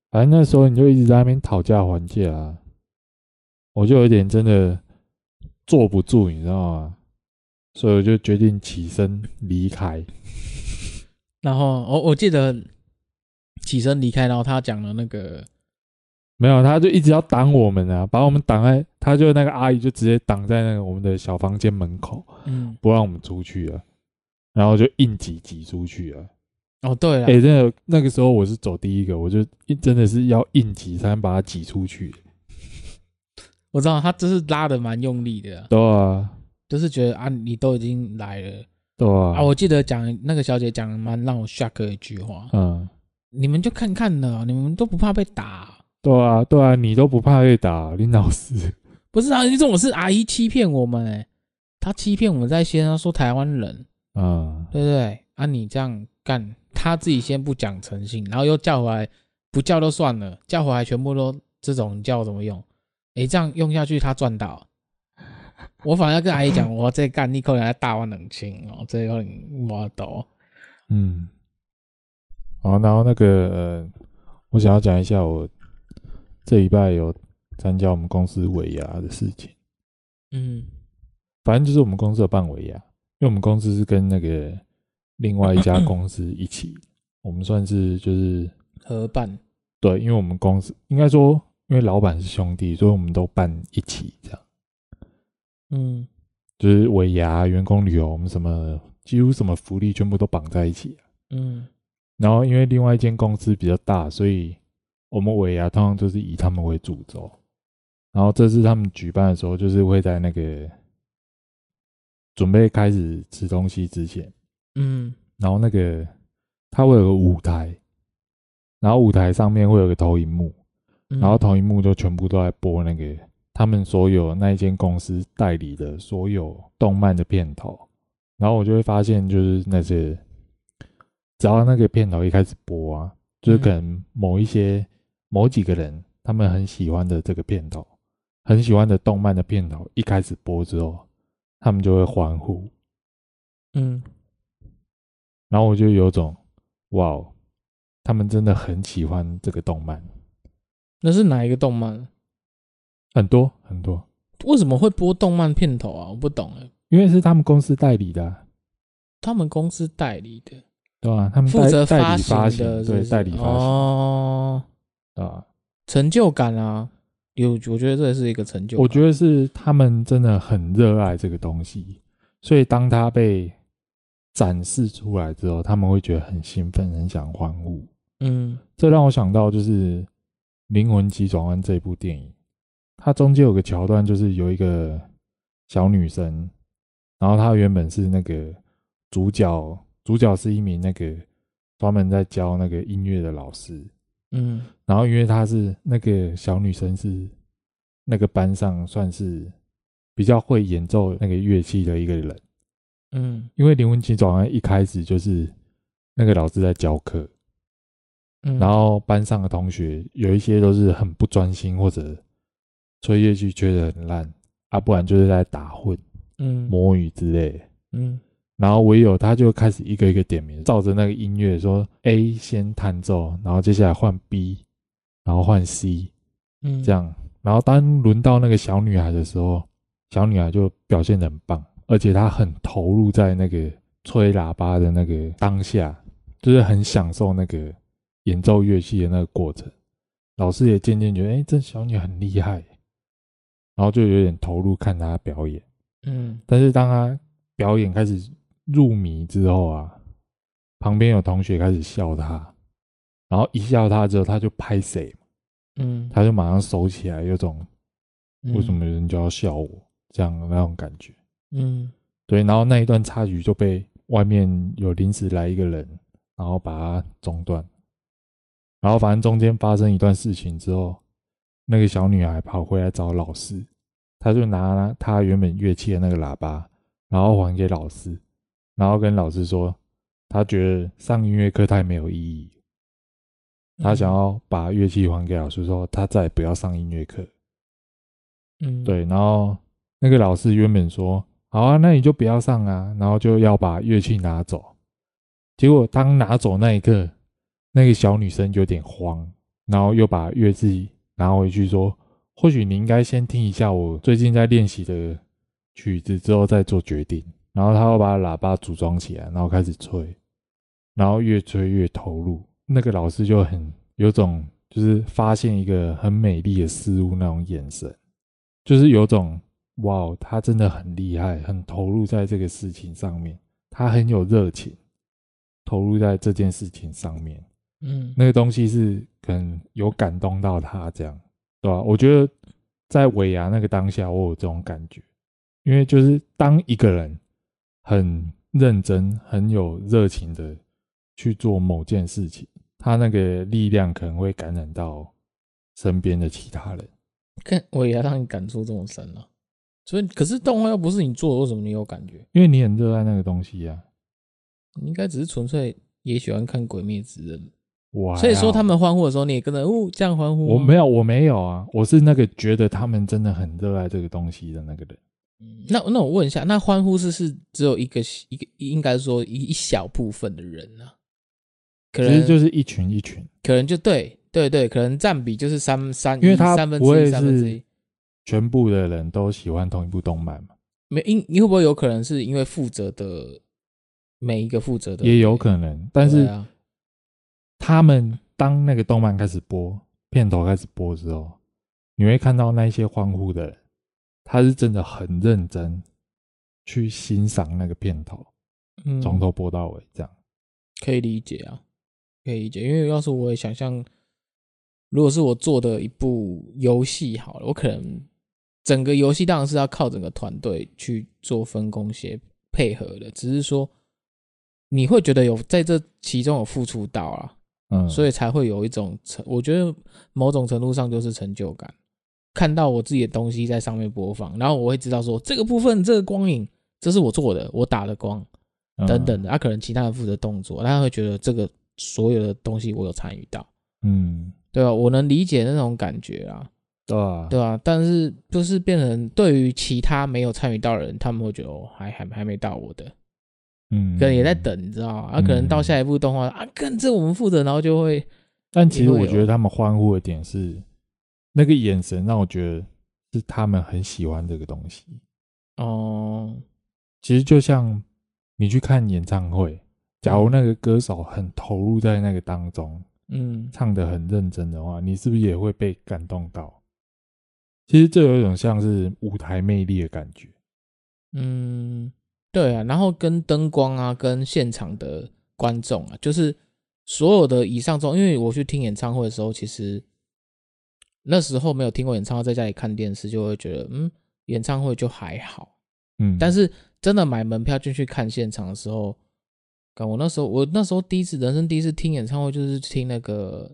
反正那时候你就一直在那边讨价还价啊，我就有点真的坐不住，你知道吗？所以我就决定起身离开。 然后我我记得起身离开，然后他讲了那个， 没有，他就一直要挡我们啊，把我们挡在，他就那个阿姨就直接挡在那个我们的小房间门口， 嗯， 不让我们出去啊，然后就硬挤挤出去啊。 哦对了， 哎、欸，真的那个时候我是走第一个，我就真的是要硬挤才能把它挤出去。 我知道他这是拉的蛮用力的、啊， 对啊， 就是觉得啊，你都已经来了， 对啊， 啊，我记得讲那个小姐讲蛮让我 shock 的一句话， 嗯， 你们就看看了，你们都不怕被打？ 对啊，对啊，你都不怕被打，林老师。 不是啊，这种是阿姨欺骗我们哎、欸，她欺骗我们在先，她说台湾人， 嗯， 对不对？啊，你这样干，她自己先不讲诚信，然后又叫回来，不叫都算了，叫回来全部都这种，你叫我怎么用？哎，这样用下去，她赚到。我反而跟阿姨讲，我这干，你可能还大万两千哦，这可能我懂。 嗯，好，然后那个呃，我想要讲一下我这礼拜有参加我们公司尾牙的事情。 嗯， 反正就是我们公司有办尾牙，因为我们公司是跟那个另外一家公司一起，我们算是就是合办。 对，因为我们公司应该说，因为老板是兄弟，所以我们都办一起这样。 嗯， 就是尾牙、员工旅游，我们什么几乎什么福利全部都绑在一起。 嗯， 然后因为另外一间公司比较大，所以我们尾牙通常就是以他们为主轴。然后这次他们举办的时候，就是会在那个准备开始吃东西之前， 嗯， 然后那个它会有个舞台，然后舞台上面会有个投影幕， 嗯， 然后投影幕就全部都在播那个他们所有那一间公司代理的所有动漫的片头，然后我就会发现，就是那些只要那个片头一开始播啊，就是可能某一些某几个人他们很喜欢的这个片头，很喜欢的动漫的片头一开始播之后，他们就会欢呼， 嗯， 然后我就有种哇，他们真的很喜欢这个动漫。 那是哪一个动漫？ 很多很多， 为什么会播动漫片头啊？我不懂哎。 因为是他们公司代理的、啊， 他们公司代理的， 对吧、啊？他们负责发行的行， 是不是， 对，代理发行， 哦， 啊， 成就感啊，有，我觉得这是一个成就感。 我觉得是他们真的很热爱这个东西，所以当它被展示出来之后，他们会觉得很兴奋，很想欢呼。 嗯， 这让我想到就是《灵魂急转弯》这部电影，它中间有个桥段，就是有一个小女生，然后她原本是那个主角，主角是一名那个专门在教那个音乐的老师， 嗯， 然后因为她是那个小女生是那个班上算是比较会演奏那个乐器的一个人， 嗯， 因为灵魂急转弯一开始就是那个老师在教课， 嗯， 然后班上的同学有一些都是很不专心，或者吹乐器吹得很烂啊，不然就是在打混、 嗯， 摸鱼之类的。 嗯， 然后唯有他就开始一个一个点名，照着那个音乐说 A 先弹奏，然后接下来换 B， 然后换 C， 嗯， 这样。然后当轮到那个小女孩的时候，小女孩就表现得很棒，而且她很投入在那个吹喇叭的那个当下，就是很享受那个演奏乐器的那个过程。老师也渐渐觉得，哎、欸，这小女孩很厉害，然后就有点投入看她表演。 嗯， 但是当她表演开始入迷之后啊，旁边有同学开始笑她，然后一笑她之后，她就拍谁， 嗯， 她就马上收起来，有种为什么， 么人就要笑我这样的那种感觉。 嗯， 对，然后那一段插曲就被外面有临时来一个人，然后把它中断。然后反正中间发生一段事情之后，那个小女孩跑回来找老师，她就拿她原本乐器的那个喇叭，然后还给老师，然后跟老师说，她觉得上音乐课太没有意义，她想要把乐器还给老师，说她再也不要上音乐课。 嗯， 对，然后那个老师原本说，好啊，那你就不要上啊，然后就要把乐器拿走。结果当拿走那一刻，那个小女生有点慌， 然后又把乐字拿回去说，或许你应该先听一下我最近在练习的曲子之后再做决定。然后他又把喇叭组装起来，然后开始吹，然后越吹越投入。那个老师就很有种就是发现一个很美丽的事物那种眼神，就是有种哇，他真的很厉害，很投入在这个事情上面，他很有热情，投入在这件事情上面。 嗯， 那个东西是可能有感动到他，这样对吧？我觉得在尾牙那个当下，我有这种感觉，因为就是当一个人很认真、很有热情的去做某件事情，他那个力量可能会感染到身边的其他人。 看我也要让你感触这么深啊。所以，可是动画又不是你做的，为什么你有感觉？ 因为你很热爱那个东西啊。 你应该只是纯粹也喜欢看《鬼灭之刃》， 我所以说他们欢呼的时候，你也跟着哦这样欢呼。 我没有，我没有啊，我是那个觉得他们真的很热爱这个东西的那个人。 嗯、那那我问一下，那欢呼是是只有一个一个，应该说一一小部分的人啊？可能其实就是一群一群， 可能就对对对，可能占比就是三三， 因为他三分之一， 不会三分之一。 全部的人都喜欢同一部动漫嘛？ 没，因你会不会有可能是因为负责的每一个负责的也有可能，但是啊、 他们当那个动漫开始播，片头开始播之后，你会看到那些欢呼的人，他是真的很认真去欣赏那个片头， 嗯， 从头播到尾，这样可以理解啊，可以理解。因为要是我也想象，如果是我做的一部游戏好了，我可能整个游戏当然是要靠整个团队去做分工协配合的，只是说你会觉得有在这其中有付出到啊， 嗯， 所以才会有一种成，我觉得某种程度上就是成就感。看到我自己的东西在上面播放，然后我会知道说这个部分这个光影这是我做的，我打的光等等的，他、嗯啊、可能其他人负责动作，他会觉得这个所有的东西我有参与到， 嗯， 对吧？我能理解那种感觉啊， 对啊， 对吧？但是就是变成对于其他没有参与到的人，他们会觉得哦，还还还没到我的， 嗯， 可能也在等，你知道吗？啊，可能到下一部动画、嗯、啊，看这我们负责，然后就会。 但其实我觉得他们欢呼的点是那个眼神，让我觉得是他们很喜欢这个东西。 哦， 其实就像你去看演唱会，假如那个歌手很投入在那个当中， 嗯， 唱得很认真的话，你是不是也会被感动到？其实这有一种像是舞台魅力的感觉。 嗯，对啊，然后跟灯光啊，跟现场的观众啊，就是所有的以上中，因为我去听演唱会的时候，其实那时候没有听过演唱会，在家里看电视就会觉得，嗯，演唱会就还好， 嗯， 但是真的买门票进去看现场的时候，我那时候我那时候第一次人生第一次听演唱会，就是听那个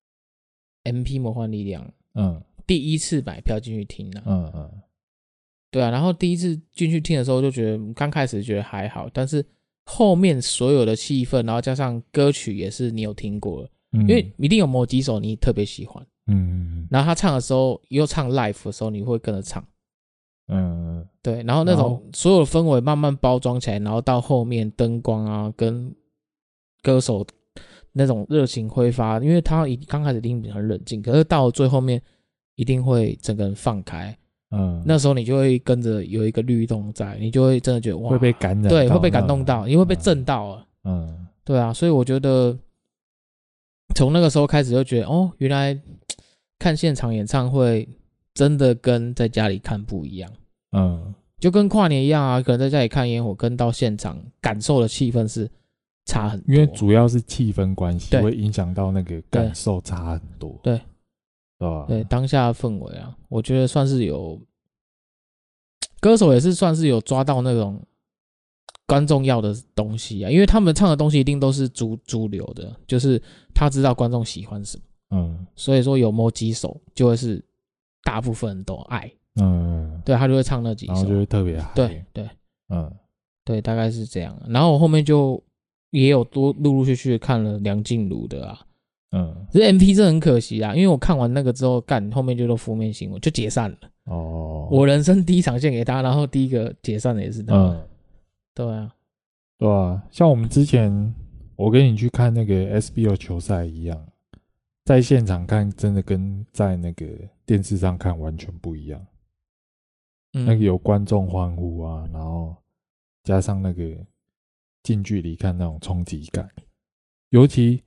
M P 魔幻力量， 嗯， 第一次买票进去听啊， 嗯嗯， 对啊，然后第一次进去听的时候就觉得刚开始觉得还好，但是后面所有的气氛，然后加上歌曲也是你有听过的， 嗯， 因为一定有某几首你特别喜欢， 嗯， 然后他唱的时候又唱 live 的时候，你会跟着唱， 嗯， 对，然后那种所有的氛围慢慢包装起来，然后到后面灯光啊跟歌手那种热情挥发，因为他一刚开始一定很冷静，可是到最后面一定会整个人放开。嗯，那时候你就会跟着有一个律动在，你就会真的觉得哇， 会被感染， 对，会被感动到，也会被震到了。嗯，对啊，所以我觉得从那个时候开始就觉得，哦，原来看现场演唱会真的跟在家里看不一样。嗯，就跟跨年一样啊，可能在家里看烟火，跟到现场感受的气氛是差很多。 因为主要是气氛关系，会影响到那个感受差很多。 对。 对吧？ 对，当下的氛围啊，我觉得算是有歌手也是算是有抓到那种观众要的东西啊，因为他们唱的东西一定都是主主流的，就是他知道观众喜欢什么，嗯，所以说有某几首就会是大部分人都爱，嗯，对，他就会唱那几首， 然后就会特别嗨， 对对，嗯，对，大概是这样。然后我后面就也有多陆陆续续看了梁静茹的啊。嗯，这 M P 真的很可惜啊，因为我看完那个之后，干后面就都负面新闻，就解散了。哦，我人生第一场献给他，然后第一个解散的也是他。嗯，对啊， 对啊，像我们之前我跟你去看那个 S B O 球赛一样， 在现场看真的跟在那个电视上看完全不一样。 嗯， 那个有观众欢呼啊，然后加上那个近距离看那种冲击感，尤其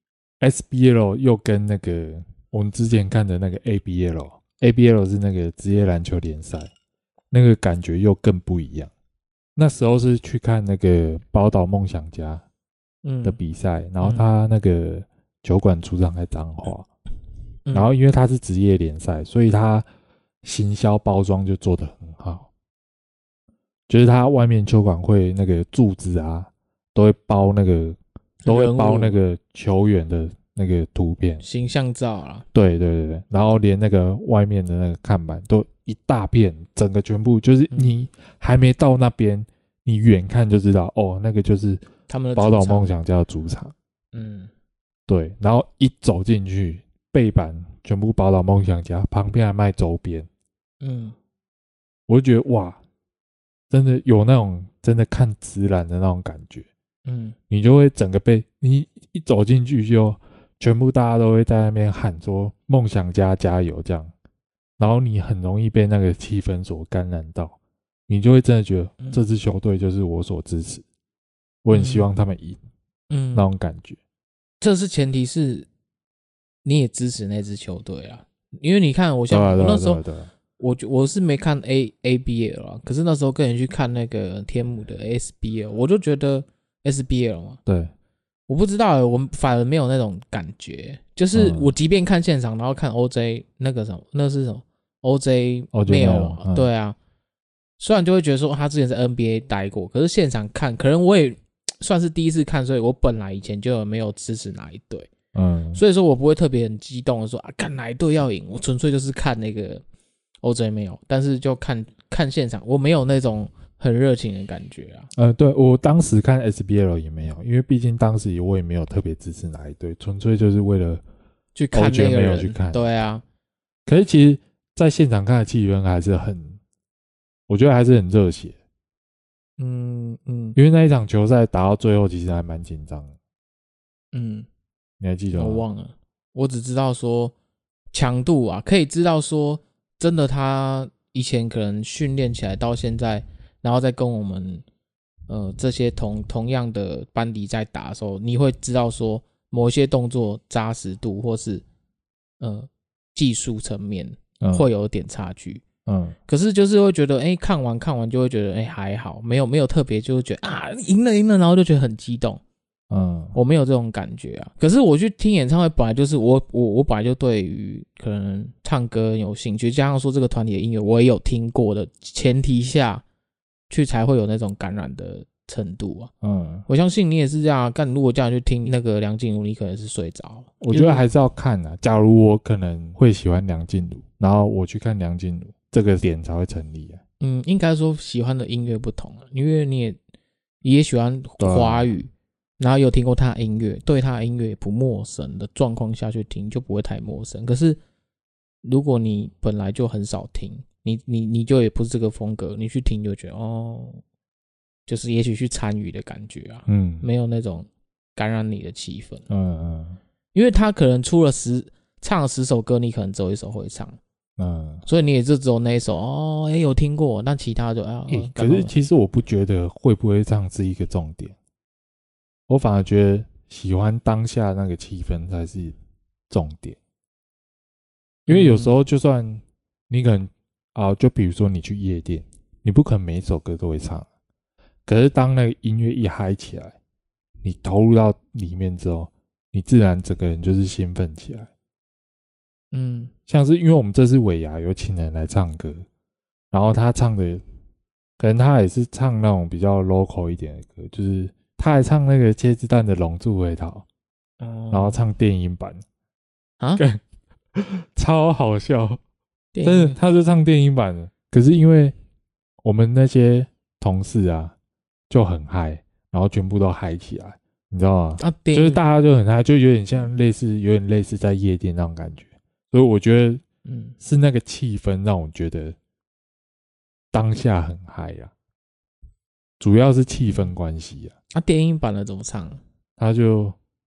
S B L 又跟那个我们之前看的那个 A B L，A B L 是那个职业篮球联赛，那个感觉又更不一样。那时候是去看那个宝岛梦想家的比赛，嗯、然后他那个球馆主场在彰化，嗯、然后因为他是职业联赛，所以他行销包装就做得很好，就是他外面球馆会那个柱子啊，都会包那个都会包那个球员的那个图片形象照啦。 对对对对，然后连那个外面的那个看板都一大片，整个全部就是你还没到那边，嗯、你远看就知道哦，那个就是他们的宝岛梦想家的主场。嗯，对，然后一走进去，背板全部宝岛梦想家，旁边还卖周边。嗯，我就觉得哇，真的有那种真的看直男的那种感觉。嗯，你就会整个被你一走进去就全部大家都会在那边喊说梦想家加油这样，然后你很容易被那个气氛所感染到，你就会真的觉得这支球队就是我所支持，嗯、我很希望他们赢，嗯，那种感觉。 这是前提是你也支持那支球队啊，因为你看我像我那时候。我我是没看 A A B L 啊，可是那时候跟人去看那个天母的 S B L， 我就觉得 S B L 嘛， 对， 我不知道，我反而没有那种感觉，就是我即便看现场，然后看 O J 那个什么，那是什么 O J 没有，嗯、对啊，虽然就会觉得说他之前在 N B A 待过，可是现场看，可能我也算是第一次看，所以我本来以前就没有支持哪一队，嗯，所以说我不会特别很激动的说啊，看哪一队要赢，我纯粹就是看那个。O J 没有，但是就看看现场，我没有那种很热情的感觉啊。 呃，对我当时看 S B L 也没有，因为毕竟当时我也没有特别支持哪一队，纯粹就是为了去看那个人。 没有去看， 对啊。 可是其实在现场看的气氛还是很，我觉得还是很热血。嗯嗯，因为那一场球赛打到最后，其实还蛮紧张的。嗯，你还记得吗？ 我忘了，我只知道说强度啊，可以知道说。真的，他以前可能训练起来到现在，然后再跟我们呃这些同同样的班底在打的时候，你会知道说某一些动作扎实度或是呃技术层面会有点差距。嗯，可是就是会觉得，哎、欸，看完看完就会觉得，哎、欸，还好，没有没有特别，就会觉得啊，赢了赢了，然后就觉得很激动。嗯，我没有这种感觉啊。可是我去听演唱会，本来就是我我我本来就对于可能唱歌有兴趣，加上说这个团体的音乐我也有听过的前提下，去才会有那种感染的程度啊。嗯，我相信你也是这样。但如果这样去听那个梁静茹，你可能是睡着了。 我觉得还是要看啊。假如我可能会喜欢梁静茹，然后我去看梁静茹，这个点才会成立啊。 嗯，应该说喜欢的音乐不同啊，因为你也也喜欢华语。然后有听过他的音乐，对他的音乐也不陌生的状况下去听，就不会太陌生。可是如果你本来就很少听，你你你就也不是这个风格，你去听就觉得哦，就是也许去参与的感觉啊，嗯，没有那种感染你的气氛，嗯嗯，因为他可能出了十唱了十首歌，你可能只有一首会唱，嗯，所以你也就只有那一首哦，哎有听过，但其他就啊、欸， 可是其实我不觉得会不会唱是一个重点。我反而觉得喜欢当下那个气氛才是重点，因为有时候就算你可能啊，就比如说你去夜店，你不可能每一首歌都会唱，可是当那个音乐一嗨起来，你投入到里面之后，你自然整个人就是兴奋起来。嗯，像是因为我们这次尾牙有请人来唱歌，然后他唱的，可能他也是唱那种比较 local 一点的歌，就是。他还唱那个茄子蛋的龙珠回逃，哦、然后唱电音版啊，超好笑，真的，他就唱电音版的。可是因为我们那些同事啊就很嗨，然后全部都嗨起来，你知道吗？啊，就是大家就很嗨，就有点像类似，有点类似在夜店那种感觉。所以我觉得，嗯，是那个气氛让我觉得当下很嗨啊。主要是气氛关系啊。 啊，电影版的怎么唱？ 他就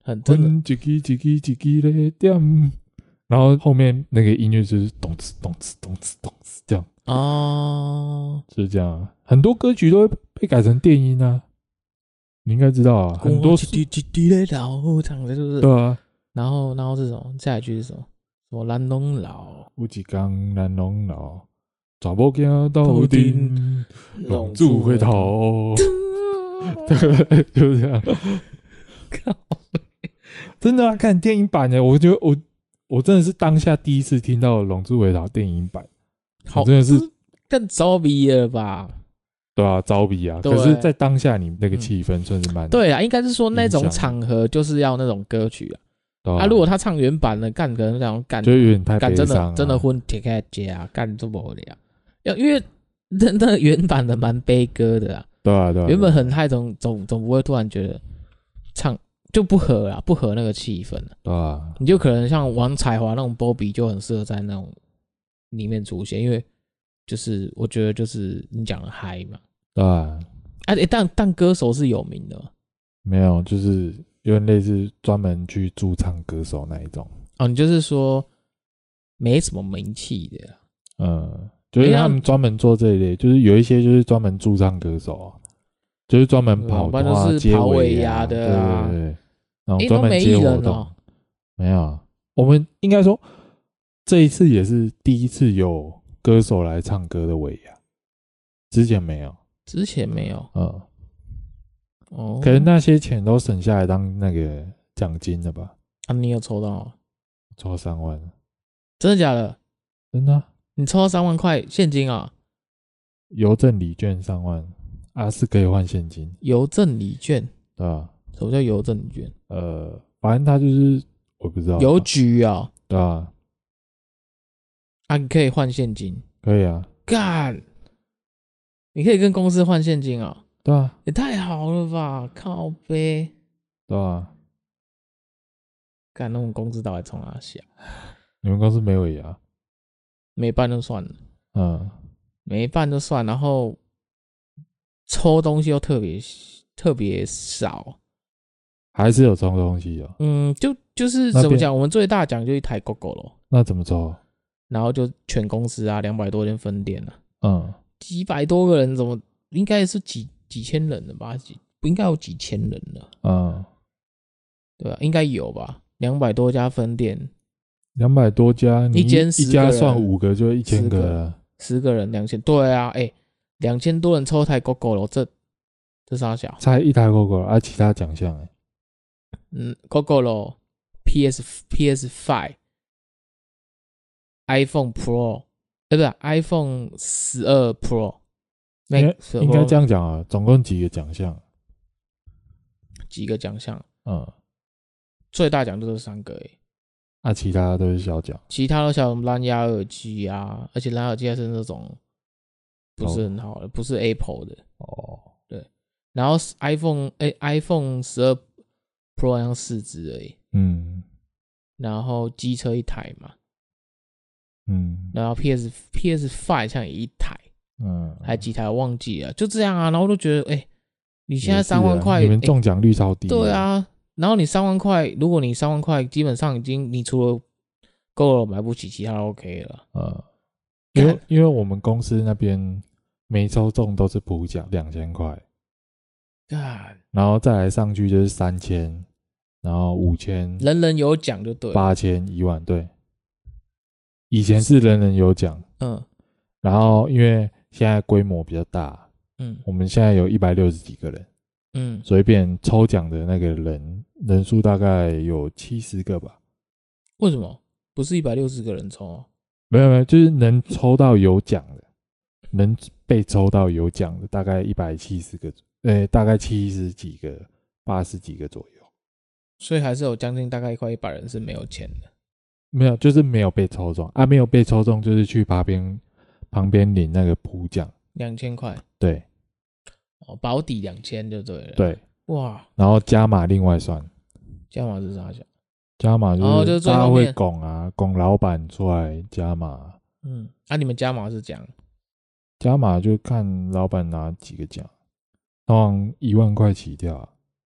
很真的， 一支一支一支的点，然后后面那个音乐就是咚哧咚哧咚哧咚哧这样， 哦， 就是这样啊。很多歌曲都会被改成电音啊，你应该知道啊，很多滴滴滴的老唱的，是不是？ 对啊。 然后，然后这种下一句是什么？什么蓝龙老， 有一天咱拢老，查某囝斗阵，龙珠回头。对，就是这样。 靠！ 真的啊，看电影版的，我觉得我我真的是当下第一次听到《龙珠回头》电影版， 好， 真的是更糟逼了吧？ 对啊，招比啊。可是，在当下你那个气氛算是蛮、嗯、 对啊，应该是说那种场合就是要那种歌曲啊。啊，啊如果他唱原版的，干可能这样干， 就有点太悲伤、啊， 真的真的混铁开接啊，干这么无聊。要因为真的原版的蛮悲歌的啊。 对啊对啊。 原本很嗨，总总总不会突然觉得唱就不合啊，不合那个气氛啊。 对啊。 你就可能像王彩华那种 Bobby 就很适合在那种里面出现，因为就是我觉得就是你讲的嗨嘛。 对啊。 啊、欸、但但歌手是有名的吗？ 没有，就是有点类似专门去驻唱歌手那一种。 哦，你就是说没什么名气的、啊。 嗯，就是他们专门做这一类，就是有一些就是专门驻唱歌手啊，就是专门跑的话接尾呀的啊， 对对对，然后专门接活动。 哦、 没有啊，我们应该说这一次也是第一次有歌手来唱歌的尾牙，之前没有。 之前没有， 嗯， 哦， 可能那些钱都省下来当那个奖金了吧？ 啊，你有抽到吗？ 抽三万， 真的假的？ 真的、啊， 你抽到三万块现金啊？ 邮政礼券三万啊，是可以换现金。 邮政礼券， 对吧？ 什么叫邮政礼券？ 呃，反正他就是我不知道。 邮局啊？ 对啊， 啊，你可以换现金？ 可以啊。 干！你可以跟公司换现金啊？ 对啊， 也太好了吧！靠杯。 对啊， 干那种公司到底从哪下？ 你们公司没尾牙？ 没办就算了， 嗯， 没办就算，然后抽东西又特别特别少， 还是有抽东西哦。 嗯，就就是怎么讲，我们最大奖就一台 GoGo 咯。 那怎么抽？ 然后就全公司啊，两百多间分店啊， 嗯， 几百多个人，怎么应该是几几千人了吧？几不应该有几千人了？ 嗯， 对吧、啊？应该有吧？两百多家分店， 两百多家，你 一, 一间一家算五个就一千个了， 十个人两千，对啊，哎、欸，两千多人抽台 GoGo 了，这这啥小？ 才一台 GoGo 啊，其他奖项哎， 嗯 ，GoGo 咯 ，P S P S 五。iPhone Pro， 哎、欸，不是 iPhone 十二 Pro， 应该应该这样讲啊，总共几个奖项？ 几个奖项？ 嗯， 最大奖就是三个诶、欸， 啊，其他都是小奖， 其他都像蓝牙耳机啊，而且蓝牙耳机还是那种不是很好的，哦、不是 Apple 的哦，对，然后 iPhone 哎、欸、iPhone 十二 Pro 好像四只而已，嗯，然后机车一台嘛。嗯，然后 P S P S 五 像一台，嗯，还几台我忘记了，就这样啊。然后我都觉得，哎、欸，你现在三万块、啊， 你们中奖率超低、欸。 对啊，然后你三万块，如果你三万块，基本上已经你除了够了买不起，其他都 OK 了。嗯， 因为因为我们公司那边没抽中都是普奖两千块，然后再来上去就是三千，然后五千， 人人有奖就对了， 八千一万对。以前是人人有奖，嗯，然后因为现在规模比较大，嗯，我们现在有一百六十几个人，嗯，所以变抽奖的那个人人数大概有七十个吧。 为什么不是一百六十个人抽啊？ 没有没有，就是能抽到有奖的，能被抽到有奖的大概一百七十个，呃，大概七十几个、八十几个左右。 所以还是有将近大概快一百人是没有钱的。 没有，就是没有被抽中啊！没有被抽中，就是去旁边旁边领那个普奖， 两千块。对，哦，保底两千就对了。 对， 哇， 然后加码另外算。 加码是啥？ 加码就是大家会拱啊，拱老板出来加码。 嗯，啊，你们加码是讲？ 加码就看老板拿几个奖，通常一万块起跳、啊。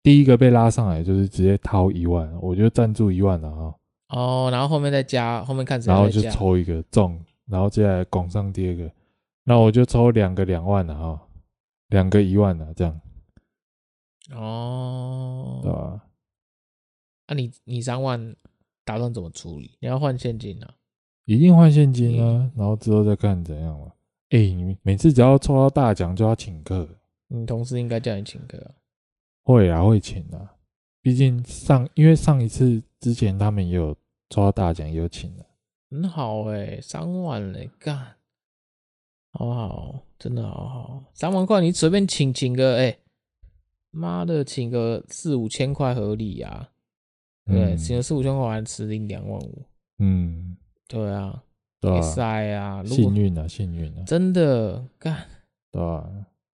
第一个被拉上来就是直接掏一万，我就赞助一万了啊。 哦，然后后面再加，后面看谁再加。 然后就抽一个中，然后接下来拱上第二个，那我就抽两个两万了哈，两个一万了这样。 哦， 对吧？ 那、啊、你你三万打算怎么处理？你要换现金啊？ 一定换现金啊，然后之后再看怎样嘛。哎、欸，你每次只要抽到大奖就要请客， 你同事应该叫你请客啊。 会啊，会请啊。毕竟上，因为上一次之前他们也有抽到大奖，也有请的。 很好哎、欸，三万嘞，干，好好，真的好好，三万块你随便请请个，哎、欸，妈的，请个四五千块合理啊。对，请个四五千块还吃零两万五。 嗯， 对啊， 对啊， 塞啊， 幸运啊，幸运啊， 真的干， 对啊，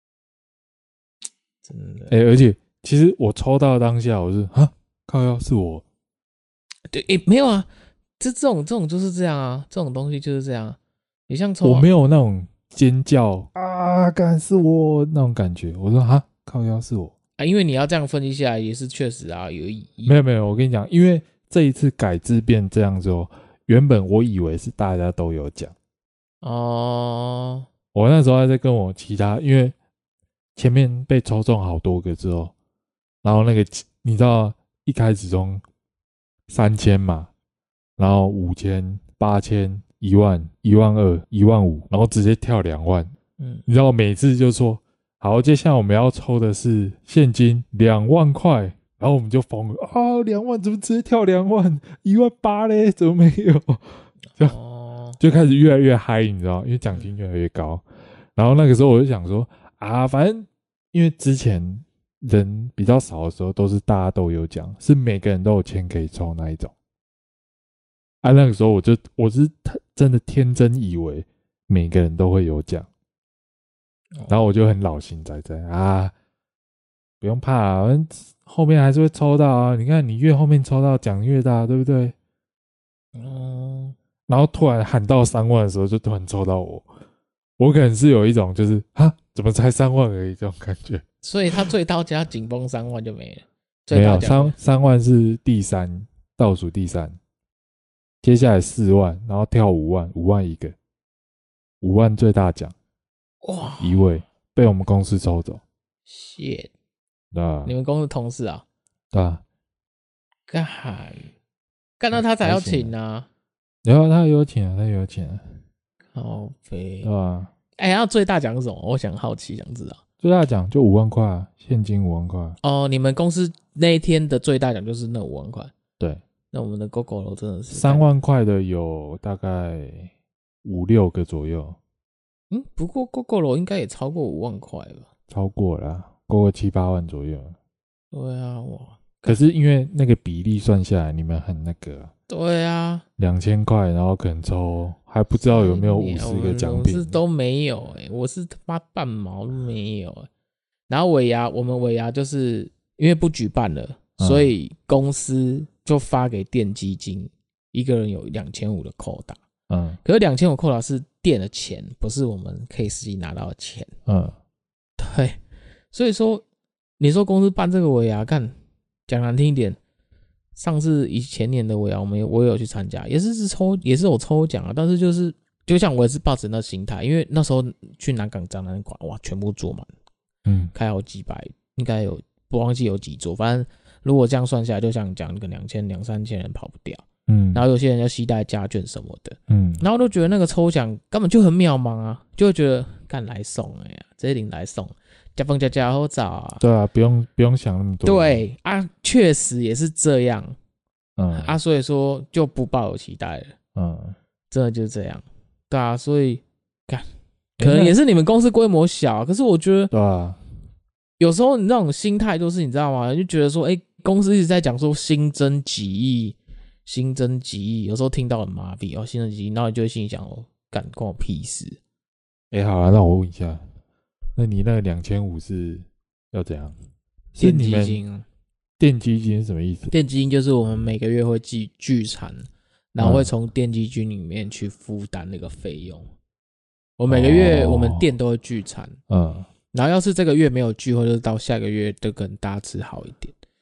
真的。 哎、欸，而且其实我抽到当下，我是啊，靠腰是我。 对，哎、欸，没有啊，这这种这种就是这样啊，这种东西就是这样。你像抽， 我没有那种尖叫啊，干是我那种感觉。我说哈，靠腰是我啊，因为你要这样分析下来，也是确实啊，有意义。 没有没有，我跟你讲，因为这一次改制变这样之后，原本我以为是大家都有奖哦。 我那时候还在跟我其他，因为前面被抽中好多个之后，然后那个你知道一开始中三千嘛，然后五千、八千、一万、一万二、一万五，然后直接跳两万。 嗯， 你知道每次就说好，接下来我们要抽的是现金两万块，然后我们就疯了啊！两万怎么直接跳两万？一万八嘞？怎么没有？就、哦、就开始越来越嗨，你知道，因为奖金越来越高。然后那个时候我就想说啊，反正因为之前人比较少的时候，都是大家都有奖，是每个人都有钱可以抽那一种。啊，那个时候我就我是真的天真以为每个人都会有奖。然后我就很老心仔仔啊，不用怕啊，反正后面还是会抽到啊。你看，你越后面抽到奖越大，对不对？嗯。然后突然喊到三万的时候，就突然抽到我，我可能是有一种就是啊，怎么才三万而已这种感觉。 所以他最高加紧绷三万就没了。 没有，三三万是第三，倒数第三。接下来四万，然后跳五万，五万一个，五万最大奖。 哇！ 一位被我们公司抽走， 谢， 对啊， 你们公司同事啊？ 对啊， 干干到他才要请啊！ 然后他有请啊，他有请啊， 好肥， 对啊。 哎、欸，那最大奖是什么？我想好奇想知道。 最大奖就五万块啊，现金五万块。 哦，你们公司那一天的最大奖就是那五万块。 对， 那我们的 GoGo 楼真的是三万块的有大概五六个左右。 嗯，不过 GoGo 楼应该也超过五万块吧？ 超过了啦，过个七八万左右。 对啊，哇！ 可是因为那个比例算下来，你们很那个、啊。 对啊， 两千块，然后可能抽还不知道有没有五十个奖品。 我是都没有哎、欸，我是他妈半毛都没有、欸。然后尾牙，我们尾牙就是因为不举办了，嗯、所以公司就发给店基金，一个人有两千五的扣打。嗯，可是两千五扣打是店的钱，不是我们 K 十一拿到的钱。嗯，对，所以说你说公司办这个尾牙，看讲难听一点，上次以前年的尾牙，我们我也有去参加，也是是抽，也是有抽奖啊，但是就是就像我也是抱着那心态，因为那时候去南港展览馆，哇，全部坐满，嗯，开好几百，应该有不忘记有几桌，反正如果这样算下来，就像讲那个两千两三千人跑不掉。嗯，然后有些人要携带家眷什么的，嗯，然后都觉得那个抽奖根本就很渺茫啊，就会觉得干来送哎呀，这领来送，加风加加好找啊， 对啊，不用不用想那么多， 对啊，确实也是这样，嗯啊，所以说就不抱有期待了，嗯，真的就是这样，对啊，所以干可能也是你们公司规模小、啊，可是我觉得， 对啊， 有时候你那种心态都是你知道吗？就觉得说，哎、欸，公司一直在讲说新增几亿。新增几亿，有时候听到很麻痹哦，新增几亿，然后你就会心里想哦，干关我屁事。 哎、欸，好啊，那我问一下，那你那个两千五是要怎样？ 是你们电基金啊？ 电基金是什么意思？ 电基金就是我们每个月会聚聚餐，然后会从电基金里面去负担那个费用。我每个月我们店都会聚餐，嗯，然后要是这个月没有聚，或者是到下个月，就跟大家吃好一点。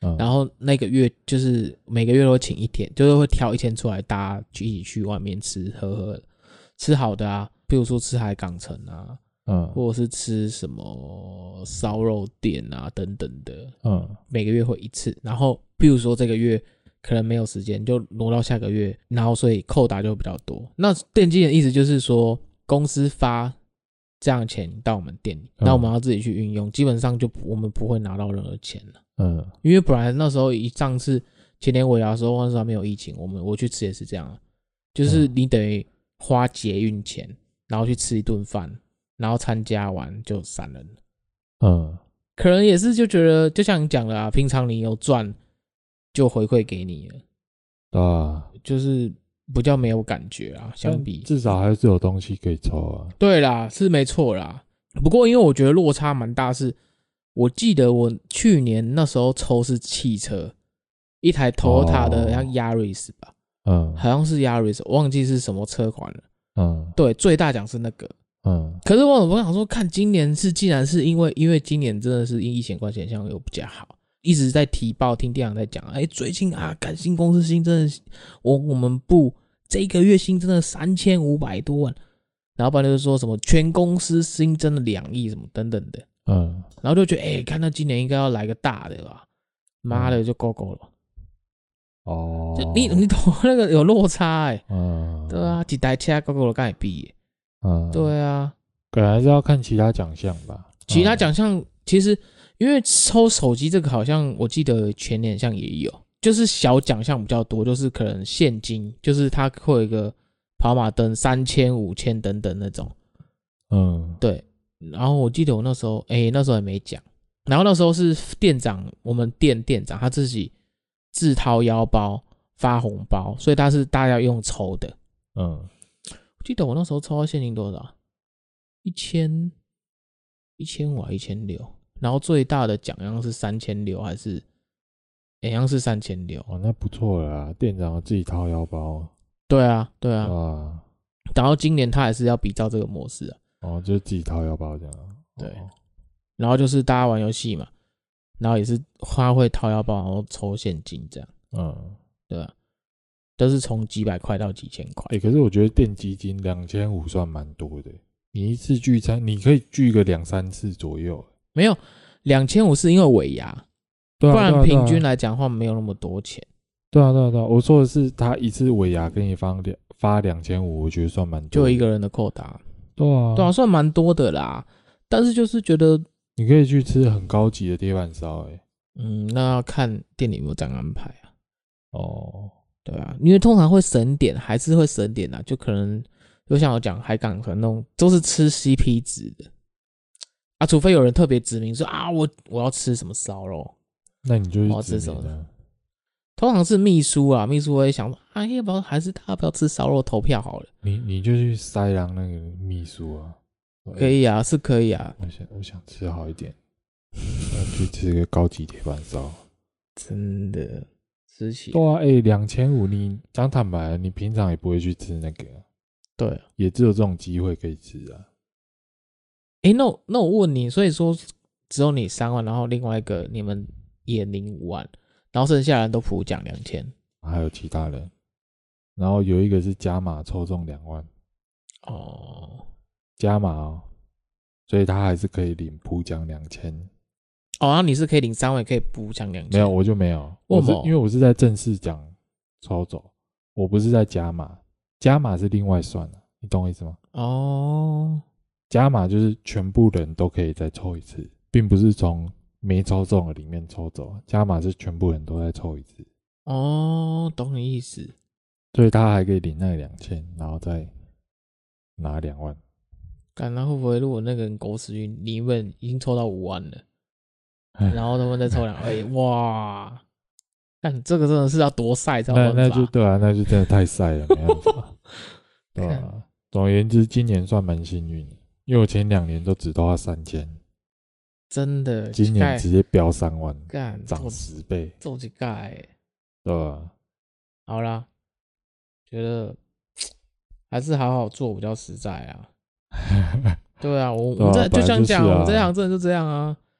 嗯， 然后那个月就是每个月都会请一天，就是会挑一天出来，大家去一起去外面吃喝喝，吃好的啊，比如说吃海港城啊， 嗯， 或者是吃什么烧肉店啊等等的， 嗯， 每个月会一次。然后比如说这个月可能没有时间，就挪到下个月，然后所以扣打就比较多。那店经的意思就是说，公司发这样的钱到我们店里，那、嗯、我们要自己去运用，基本上就我们不会拿到任何钱了。 嗯， 因为本来那时候一上次前年尾牙的时候，那时候还没有疫情，我们我去吃也是这样，就是你等于花捷运钱，然后去吃一顿饭，然后参加完就散人了。 嗯， 可能也是就觉得，就像你讲的啊，平常你有赚，就回馈给你了， 对啊， 就是比较没有感觉啊，相比至少还是有东西可以抽啊。 对啦，是没错啦。不过因为我觉得落差蛮大是。我记得我去年那时候抽是汽车，一台 Toyota 的像 Yaris 吧， 嗯， 好像是 Yaris， 我忘记是什么车款了。 嗯， 对，最大奖是那个。 嗯， 可是我我想说，看今年是竟然是因为因为今年真的是因疫情关系，像又比较好，一直在提报，听店长在讲，哎，最近啊，干新公司新增的，我我们部这一个月新增了三千五百多万，然后不然就是说什么全公司新增了两亿什么等等的。 嗯， 然后就觉得，哎、欸，看到今年应该要来个大的吧，妈的就够够了。 哦， 就你你懂那个有落差哎、欸， 嗯， 对啊，几台车够够了，刚才毕业， 嗯， 对啊， 可能还是要看其他奖项吧。 其他奖项其实因为抽手机这个，好像我记得前年像也有，就是小奖项比较多，就是可能现金，就是它会有一个跑马灯三千、五千等等那种， 嗯， 对。然后我记得我那时候，哎、欸，那时候也没讲。然后那时候是店长，我们店店长他自己自掏腰包发红包，所以他是大家用抽的。 嗯， 我记得我那时候抽到现金多少？一千，一千五还一千六。然后最大的奖项是三千六，还是好像是三千六？ 哦，那不错了啦，店长自己掏腰包。 对啊，对啊。 啊， 然后今年他还是要比照这个模式啊。 哦，就是自己掏腰包这样。 对。 哦， 然后就是大家玩游戏嘛，然后也是花会掏腰包，然后抽现金这样， 嗯， 对吧？都是从几百块到几千块。 哎、欸，可是我觉得垫基金两千五算蛮多的，你一次聚餐你可以聚个两三次左右。 没有，两千五是因为尾牙， 对啊， 不然平均来讲的话没有那么多钱。 对啊，对啊，对啊，我说的是他一次尾牙给你发两发两千五，我觉得算蛮多的， 就一个人的扣打。 对啊， 对啊，算蛮多的啦。但是就是觉得你可以去吃很高级的铁板烧，哎， 嗯，那要看店里有没有这样安排啊。 哦， 对啊，因为通常会省点，还是会省点啊，就可能就像我讲海港可能那种都是吃 C P 值的啊，除非有人特别指明说啊，我我要吃什么烧肉， 那你就我要去指吃什么。 明啊。 通常是秘书啊，秘书会想说，啊，要不要还是大家不要吃烧肉，投票好了。 你你就去塞狼那个秘书啊， 可以啊，是可以啊。 我想我想吃好一点，要去吃个高级铁板烧。 真的吃起来。 对啊，哎，两千五，你讲坦白，你平常也不会去吃那个， 对啊， 也只有这种机会可以吃啊。 哎、欸，那我那我问你，所以说只有你三万，然后另外一个你们也领五万。然后剩下人都普奖两千， 还有其他人，然后有一个是加码抽中两万， 哦， 加码哦，所以他还是可以领普奖两千。 哦，然后你是可以领三万，可以补奖两千。 没有，我就没有，我是因为我是在正式奖抽走，我不是在加码，加码是另外算的，你懂我意思吗？ 哦， 加码就是全部人都可以再抽一次，并不是从没抽中的里面抽走，加码是全部人都再抽一次。 哦，懂你意思。 所以他还可以领那两千，然后再拿两万。 干，那会不会如果那个人狗屎运，你们已经抽到五万了，然后他们再抽两万，哎、欸，哇！干，这个真的是要多晒才有办法。 那那就对啊，那就真的太晒了，没办法。对啊，总而言之，今年算蛮幸运的，因为我前两年都只抽到三千。 真的， 今年直接飙三万， 干涨十倍， 做几盖， 对吧？ 好啦，觉得还是好好做比较实在啊。对啊，我我们这就像这样，我们这行真的就这样啊。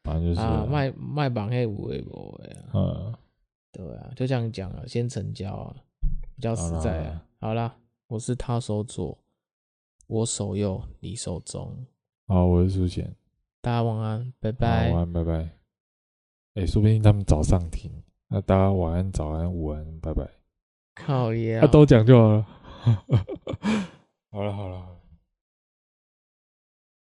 反正就是啊，卖卖榜黑五位不的啊， 嗯， 对啊，就这样讲啊，先成交啊，比较实在啊。好啦，我是他手左，我手右，你手中。 好，我是苏贤， 大家晚安，拜好， 拜。 晚安，拜拜。哎、欸，说不定他们早上听，那大家晚安、早安、午安，拜拜。 靠呀！ 啊，都讲就好了。好了，好了。